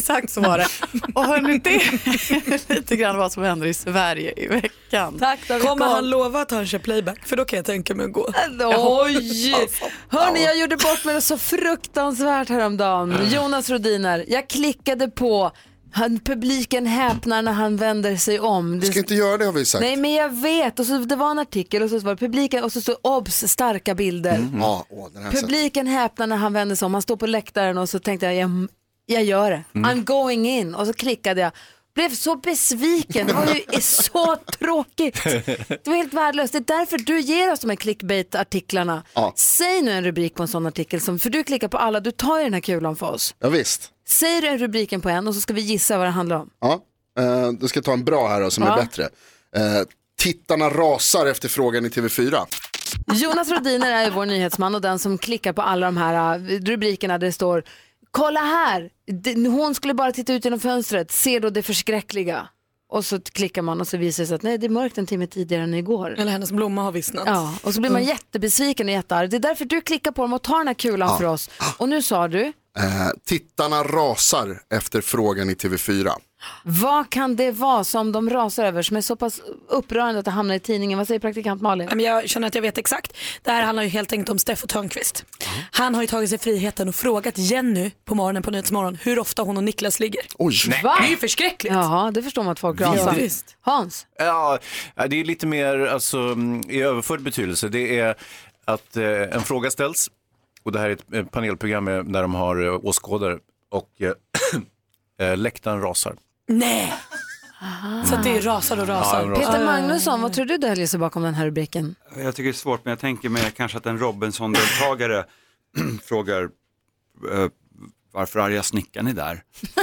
S8: Exakt så var det. Och hörni, det är lite grann vad som händer i Sverige i veckan.
S1: Tack, David.
S2: Kommer han lova att han kör playback? För då kan jag tänka mig att gå.
S1: Oj! Hörni, jag gjorde bort mig så fruktansvärt häromdagen. Jonas Rodiner, jag klickade på han, publiken häpnar när han vänder sig om.
S9: Du ska inte göra det, har vi sagt.
S1: Nej, men jag vet. Och så, det var en artikel och så var det publiken och så stod obs, starka bilder.
S9: Mm. Ja, åh, den här
S1: publiken
S9: sätt.
S1: häpnar när han vänder sig om. Han står på läktaren och så tänkte jag, jag, jag gör det.
S9: Mm.
S1: I'm going in. Och så klickade jag. Blev så besviken. Det var ju är så tråkigt. Det var helt värdelöst. Det är därför du ger oss de här clickbait-artiklarna.
S9: Ja.
S1: Säg nu en rubrik på en sån artikel. Som, för du klickar på alla. Du tar ju den här kulan för oss.
S9: Ja, visst.
S1: Säg du en rubriken på en och så ska vi gissa vad det handlar om.
S9: Ja, uh, du ska ta en bra här då, som
S1: ja.
S9: är bättre. Uh, tittarna rasar efter frågan i T V fyra.
S1: Jonas Rodiner är vår nyhetsman och den som klickar på alla de här rubrikerna där det står: kolla här, hon skulle bara titta ut genom fönstret, ser då det förskräckliga. Och så klickar man och så visar det sig att nej, det är mörkt en timme tidigare än igår.
S2: Eller hennes blomma har vissnat.
S1: Ja, och så blir man
S2: mm.
S1: jättebesviken och jättearg. Det är därför du klickar på dem och tar den här kulan
S9: ja.
S1: för oss. Och nu sa du?
S9: Eh, tittarna rasar efter frågan i T V fyra.
S1: Vad kan det vara som de rasar över som är så pass upprörande att det hamnar i tidningen? Vad säger praktikant Malin?
S2: Jag känner att jag vet exakt. Det här handlar ju helt enkelt om Steffo Törnqvist. Mm. Han har ju tagit sig friheten och frågat Jenny på morgonen på Nyhetsmorgon hur ofta hon och Niklas ligger.
S9: Oj,
S2: nej. Det är ju förskräckligt.
S1: Ja, det förstår man att folk rasar.
S2: Ja,
S1: Hans?
S3: Ja, det är lite mer alltså, i överförd betydelse. Det är att eh, en fråga ställs. Och det här är ett panelprogram där de har åskådare och äh, läktaren rasar.
S2: Nej! Aha. Så att det är rasar och rasar.
S3: Ja, rasar.
S1: Peter Magnusson, vad tror du döljer sig bakom den här rubriken?
S14: Jag tycker det är svårt, men jag tänker mig kanske att en Robinson-deltagare frågar uh, varför arga snickaren är där.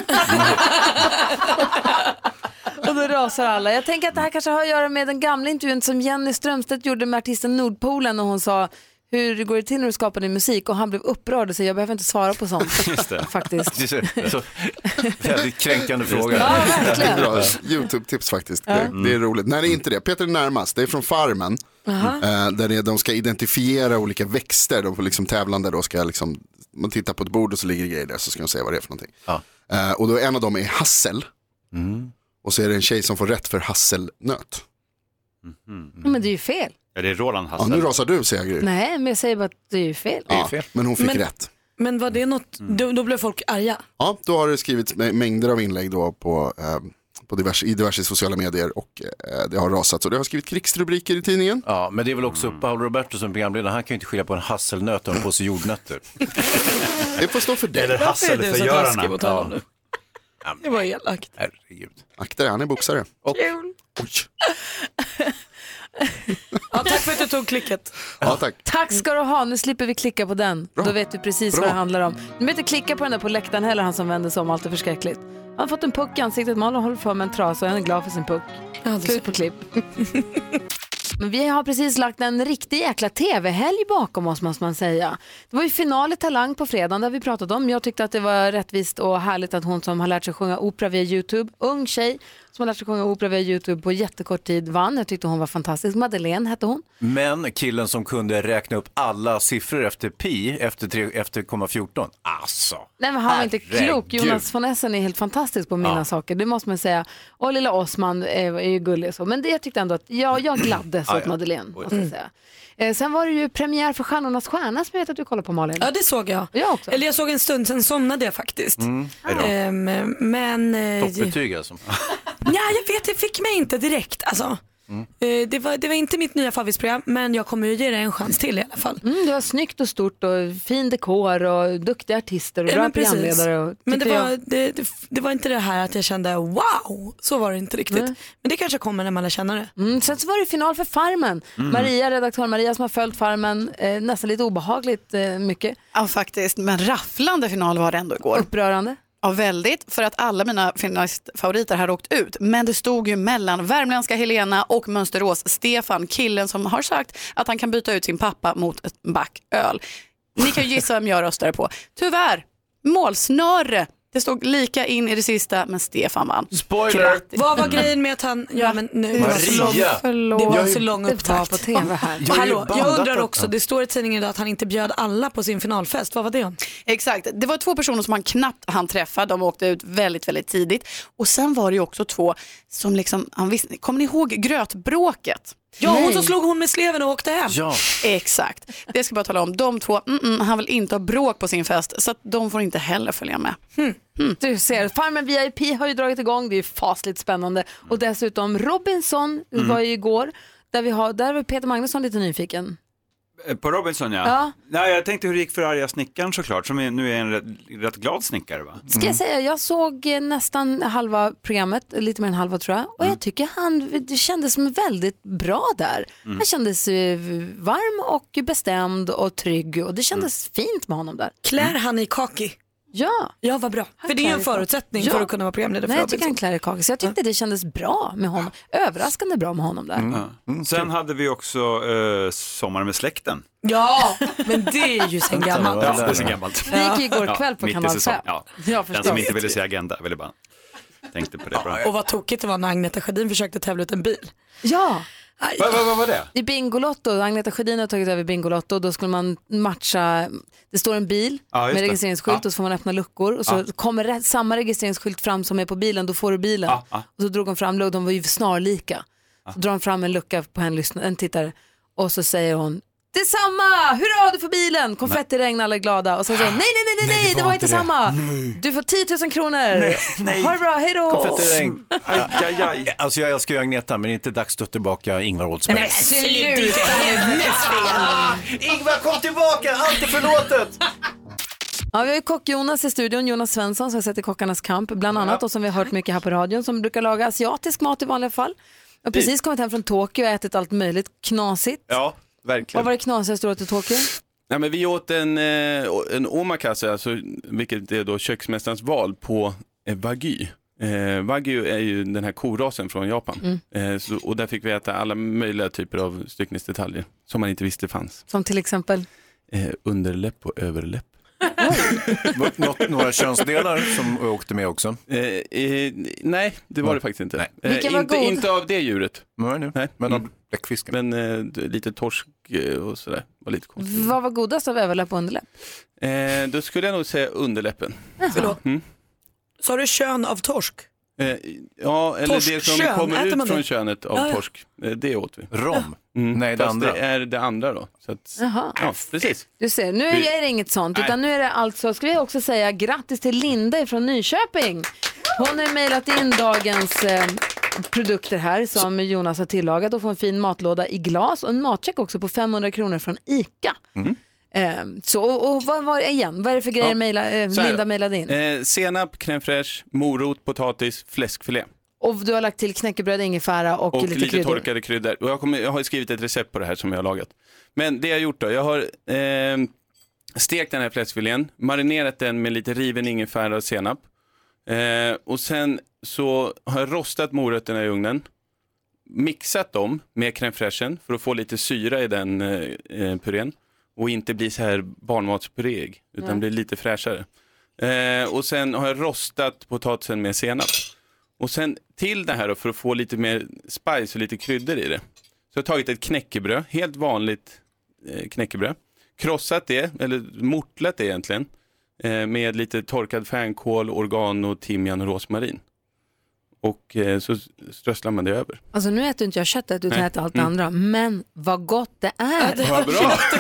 S1: Och då rasar alla. Jag tänker att det här kanske har att göra med den gamla intervjun som Jenny Strömstedt gjorde med artisten Nordpolen och hon sa: hur går det till när du skapar din musik? Och han blev upprörd och sa: jag behöver inte svara på sånt.
S3: Just det.
S1: Faktiskt.
S3: Så, väldigt kränkande fråga.
S1: Ja, verkligen.
S9: Bra YouTube-tips faktiskt.
S1: Ja.
S9: Det, det är roligt. Nej, det är inte det. Peter är närmast. Det är från Farmen.
S1: Aha.
S9: Eh, där det, de ska identifiera olika växter. De får liksom tävlande då ska liksom, man tittar på ett bord och så ligger det grejer där, så ska de säga vad det är för någonting.
S3: Ja.
S9: Eh, och då en av dem är hassel.
S3: Mm.
S9: Och så är det en tjej som får rätt för hasselnöt.
S3: Mm.
S1: Men det är ju fel.
S14: Ja, det är Roland Hassel.
S9: Ja, nu rasar du, säger Gry.
S1: Nej, men jag säger bara att det är ju fel.
S9: Ja, fel. Men hon fick
S2: men,
S9: rätt.
S2: Men var det något, då, då blev folk arga?
S9: Ja, då har det skrivits mängder av inlägg då på, eh, på diverse, i diverse sociala medier och eh, det har rasat. Så det har skrivit krigsrubriker i tidningen.
S3: Ja, men det är väl också mm. Paolo Roberto som programledare. Han kan ju inte skilja på en hasselnöt och en påse jordnötter.
S9: Det får stå för dig.
S14: Eller hasselförgörarna.
S2: Ja. Ja. Det var elakt.
S3: Herregud.
S9: Akta dig, han är boxare.
S2: Och, Oj. Ja, tack för att du tog klicket.
S9: Ja, tack.
S1: Tack ska du ha, nu slipper vi klicka på den. Bra. Då vet vi precis Bra. vad det handlar om. Nu behöver inte klicka på den där på läktaren heller, han som vänder sig om, allt är förskräckligt. Han har fått en puck i ansiktet, Malin håller för med en trasa och han är glad för sin puck. Ja, slut på klipp. Men vi har precis lagt en riktig jäkla tv-helg bakom oss, måste man säga. Det var ju final i Talang på fredagen, där vi pratat om. Jag tyckte att det var rättvist och härligt att hon som har lärt sig sjunga opera via YouTube, ung tjej som har lärt sig sjunga opera via YouTube på jättekort tid, vann. Jag tyckte hon var fantastisk. Madeleine hette hon.
S3: Men killen som kunde räkna upp alla siffror efter pi efter, tre, efter komma fjorton. Alltså.
S1: Nej, men han var inte klok. Jonas von Essen är helt fantastisk på mina ja. saker. Det måste man säga. Och lilla Osman är, är ju gullig och så. Men det jag tyckte ändå att jag, jag gladdes åt Madeleine, måste jag säga. Eh, sen var det ju premiär för Stjärnornas stjärna som jag vet att du kollar på, Malin.
S2: Ja, det såg jag.
S1: Jag också.
S2: Eller jag såg en stund, sen somnade jag faktiskt.
S3: Mm.
S2: Eh, men... Eh,
S3: Toppbetyg alltså.
S2: Ja, jag vet, det fick mig inte direkt. Alltså. Mm. Eh, det, var, det var inte mitt nya favoritprogram, men jag kommer ju ge det en chans till i alla fall.
S1: Mm, det var snyggt och stort och fin dekor och duktiga artister och
S2: ja,
S1: bra programledare. Och,
S2: men det var,
S1: jag...
S2: det, det, det var inte det här att jag kände wow, så var det inte riktigt. Mm. Men det kanske kommer när man lär känna det.
S1: Mm, sen så var det final för Farmen. Mm. Maria, redaktör Maria som har följt Farmen, eh, nästan lite obehagligt eh, mycket.
S8: Ja, faktiskt, men rafflande final var det ändå igår.
S1: Upprörande.
S8: Ja, väldigt, för att alla mina finalistfavoriter har åkt ut. Men det stod ju mellan värmländska Helena och Mönsterås Stefan, killen som har sagt att han kan byta ut sin pappa mot ett back öl. Ni kan ju gissa vem jag röstade på. Tyvärr, målsnöre Det stod lika in i det sista, men Stefan vann.
S3: Spoiler!
S2: Vad var grejen med att han... Ja, men nu
S3: Maria.
S2: var så lång,
S8: Förlåt.
S2: det var så lång
S1: Det var
S2: upptakt.
S1: på tv här.
S3: Jag är ju
S2: Hallå, jag
S3: bandat
S2: undrar
S3: att-
S2: också, det står i tidningen idag att han inte bjöd alla på sin finalfest. Vad var det?
S8: Exakt, det var två personer som han knappt hann träffa. De åkte ut väldigt, väldigt tidigt. Och sen var det ju också två som liksom, han visste, kommer ni ihåg grötbråket?
S2: Ja,
S8: Nej.
S2: och så slog hon med sleven och åkte hem.
S3: Ja.
S8: Exakt, det ska jag bara tala om. De två, mm, mm, han vill inte ha bråk på sin fest, så att de får inte heller följa med.
S1: Mm. Du ser, Farmen V I P har ju dragit igång, det är ju fasligt spännande. Och dessutom Robinson
S14: Mm.
S1: var ju igår, där vi har, där var Peter Magnusson lite nyfiken.
S14: På Robinson, ja.
S1: Ja.
S14: Nej, jag tänkte hur det gick för arga snickaren såklart, som är, nu är en rätt, rätt glad snickare, va?
S1: Ska jag säga, jag såg eh, nästan halva programmet, lite mer än halva tror jag. Och jag tycker han, det kändes som väldigt bra där.
S14: Mm.
S1: Han kändes eh, varm och bestämd och trygg och det kändes fint med honom där.
S2: Klär han i kaki?
S1: Ja.
S2: Ja, vad bra.
S1: Han
S2: För det är ju
S1: klär
S2: en
S1: i kaki.
S2: förutsättning
S1: Ja.
S2: för att kunna vara programledare
S1: Nej,
S2: för
S1: jag tycker han
S2: Robinson.
S1: klär i kaki. Så jag tyckte det kändes bra med honom. Överraskande bra med honom där.
S14: Mm. Mm. Sen hade vi också uh, Sommar med släkten.
S2: Ja, men det är ju sen gammalt.
S14: Ja, det är sen gammalt.
S1: Det gick igår kväll på
S14: mitt i
S1: Kanal
S14: säsong.
S1: fem.
S14: Ja.
S1: Jag
S14: Den
S1: förstår.
S14: som inte ville se Agenda ville bara tänkte på det. Bra.
S2: Och vad tokigt det var när Agneta Sjödin försökte tävla ut en bil.
S1: Ja.
S14: Vad va, va var det?
S1: I Bingolotto, Agneta Sjödin har tagit över Bingolotto, då skulle man matcha, det står en bil
S14: Ja, just
S1: med
S14: det.
S1: registreringsskylt
S14: Ja.
S1: och så får man öppna luckor och så
S14: Ja.
S1: kommer rätt, samma registreringsskylt fram som är på bilen, då får du bilen.
S14: Ja, ja.
S1: Och så drog hon fram, och de var ju snarlika. Så drar hon fram en lucka på en, lyssn- en tittare och så säger hon: detsamma! Hurra, du får bilen! Konfettiregn, alla är glada. Och så säger hon: nej, nej, nej, nej, nej, det var inte samma. Du får tio tusen kronor.
S3: Nej, nej.
S1: Ha det bra, hej då!
S3: Konfettiregn.
S14: Aj, aj, aj.
S3: Alltså jag älskar ju Agneta, men det är inte dags att tillbaka Ingvar Oldsberg.
S1: Nej, sluta!
S3: Ingvar, kom tillbaka! Allt är förlåtet!
S1: Ja, vi har ju kock-Jonas i studion, Jonas Svensson som har sett i Kockarnas kamp bland annat och som vi har hört mycket här på radion, som brukar laga asiatisk mat i vanliga fall. Och precis kommit hem från Tokyo och ätit allt möjligt knasigt.
S16: Ja,
S1: Vad
S16: verkligen.
S1: var det knasigt du åt i Tokyo?
S16: Nej, men vi åt en, eh, en omakase, alltså, vilket är då köksmästarens val på eh, wagyu. Eh, wagyu är ju den här korasen från Japan.
S1: Mm.
S16: Eh, så, och där fick vi äta alla möjliga typer av styckningsdetaljer som man inte visste fanns.
S1: Som till exempel?
S16: Eh, underläpp och överläpp.
S3: Något, några könsdelar som åkte med också?
S16: Eh, eh, nej, det var det faktiskt inte.
S3: Nej.
S16: Eh,
S1: Vilken var
S16: inte,
S1: god?
S16: inte av det djuret.
S3: Nej, nu.
S16: Nej.
S3: Men
S16: Mm.
S3: av bläckfisken.
S16: Men eh, lite torsk eh, och sådär. Var lite konstigt.
S1: Vad var godast av överläpp och underläpp?
S16: Eh, då skulle jag nog säga underläppen.
S2: Förlåt.
S16: Mm.
S2: Sa du kön av torsk?
S16: Eh, ja, eller det som
S2: Torskkön,
S16: kommer
S2: äter
S16: ut
S2: man det?
S16: från könet av
S2: Ja, ja.
S16: torsk. Eh, det åt vi.
S3: Rom?
S16: Mm.
S3: Nej, det
S16: Fast
S3: andra.
S16: det är det andra då. Så att,
S1: Jaha.
S16: ja, precis.
S1: Du ser, nu
S16: Vi-
S1: är det inget sånt,
S16: Nej.
S1: utan nu är det alltså, ska vi också säga grattis till Linda från Nyköping. Hon har mejlat in dagens eh, produkter här som Jonas har tillagat och får en fin matlåda i glas och en matcheck också på femhundra kronor från ICA.
S16: Mm.
S1: Eh, så, och, och vad var det igen? Vad är det för grejer
S16: Ja.
S1: mejla, eh,
S16: Så här
S1: Linda
S16: då.
S1: mejlade in?
S16: Eh, senap, crème fraîche, morot, potatis, fläskfilé.
S1: Och du har lagt till knäckebröd, ingefära och,
S16: Och
S1: lite,
S16: lite,
S1: kryddor.
S16: torkade kryddor. Och jag, kommer, jag har skrivit ett recept på det här som jag har lagat. Men det jag har gjort då, jag har eh, stekt den här fläskfilén, marinerat den med lite riven ingefära och senap. Eh, och sen så har jag rostat morötterna i ugnen, mixat dem med crème fraîchen för att få lite syra i den eh, eh, purén. Och inte bli så här barnmatspurég, utan
S1: Mm.
S16: bli lite fräschare. Eh, och sen har jag rostat potatisen med senap. Och sen till det här då, för att få lite mer spice och lite kryddor i det. Så jag har tagit ett knäckebröd, helt vanligt eh, knäckebröd. Krossat det, eller mortlat det egentligen. Eh, med lite torkad fänkål, oregano, timjan och rosmarin. Och eh, så strösslar man det över.
S1: Alltså nu äter inte jag köttet utan
S16: Nej.
S1: jag äter allt det
S16: Mm.
S1: andra. Men vad gott det är.
S2: det
S16: Vad bra!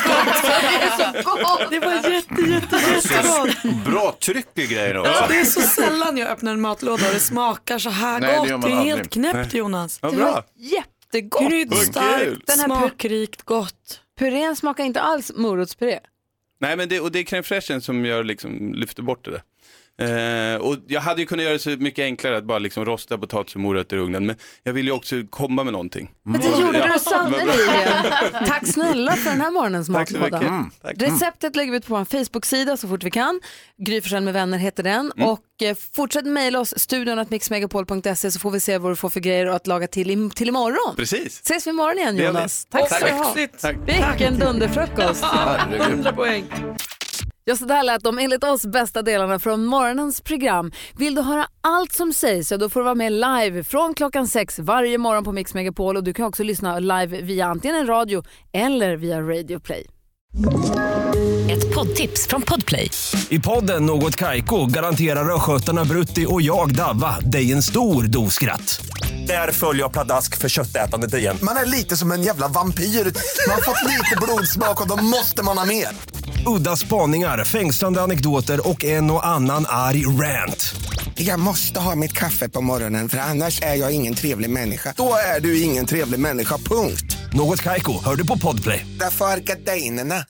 S1: Det är så gott.
S2: Det var jätte, jätte, jättegott.
S3: Bra tryck i grejer också.
S2: Ja, det är så sällan jag öppnar en matlåda och det smakar så här
S3: Nej, det
S2: gott.
S3: gör
S2: Det,
S3: man
S2: är
S3: aldrig.
S2: helt knäppt, Jonas.
S16: Vad
S1: Det var
S16: bra!
S1: jättegott.
S16: Vad
S2: Kryddstarkt,
S16: kul.
S1: Den här pur-
S2: smakrikt, gott.
S1: Purén smakar inte alls morotspuré.
S16: Nej, men det, och det är crème fraîchen som gör, liksom, lyfter bort det där. Eh, och jag hade ju kunnat göra det så mycket enklare att bara liksom rosta potatis och morötter i ugnen. Men jag vill ju också komma med någonting.
S1: Men det gjorde
S16: Ja.
S1: du sannerligen. Tack snälla för den här morgonens
S16: Tack så
S1: matlåda.
S16: mycket. Mm. Tack.
S1: Receptet lägger vi ut på vår Facebook-sida så fort vi kan. Gry Forssell med vänner heter den.
S16: Mm.
S1: Och eh, fortsätt mejla oss, studion at mixmegapol punkt se, så får vi se vad du får för grejer att laga till, i, till imorgon.
S16: Precis.
S1: Ses vi imorgon igen,
S16: Det gör vi.
S1: Jonas. Tack
S16: Tack.
S1: ska du ha.
S2: Lyxigt.
S16: Tack.
S1: Vilken dunderfrukost.
S2: hundra poäng.
S1: Ja, så där lät de enligt oss bästa delarna från morgonens program. Vill du höra allt som sägs så då får du vara med live från klockan sex varje morgon på Mix Megapol. Och du kan också lyssna live via antingen en radio eller via Radio Play.
S17: Ett poddtips från Podplay.
S18: I podden Något Kaiko garanterar röskötarna Brutti och jag Davva dig en stor doskratt. Där följer jag pladask för köttätandet igen.
S19: Man är lite som en jävla vampyr. Man har fått lite blodsmak och då måste man ha mer.
S18: Udda spaningar, fängslande anekdoter och en och annan arg rant.
S19: Jag måste ha mitt kaffe på morgonen för annars är jag ingen trevlig människa. Då är du ingen trevlig människa, punkt.
S18: Något Kaiko, hör du på Podplay.
S19: Därför är gardinerna.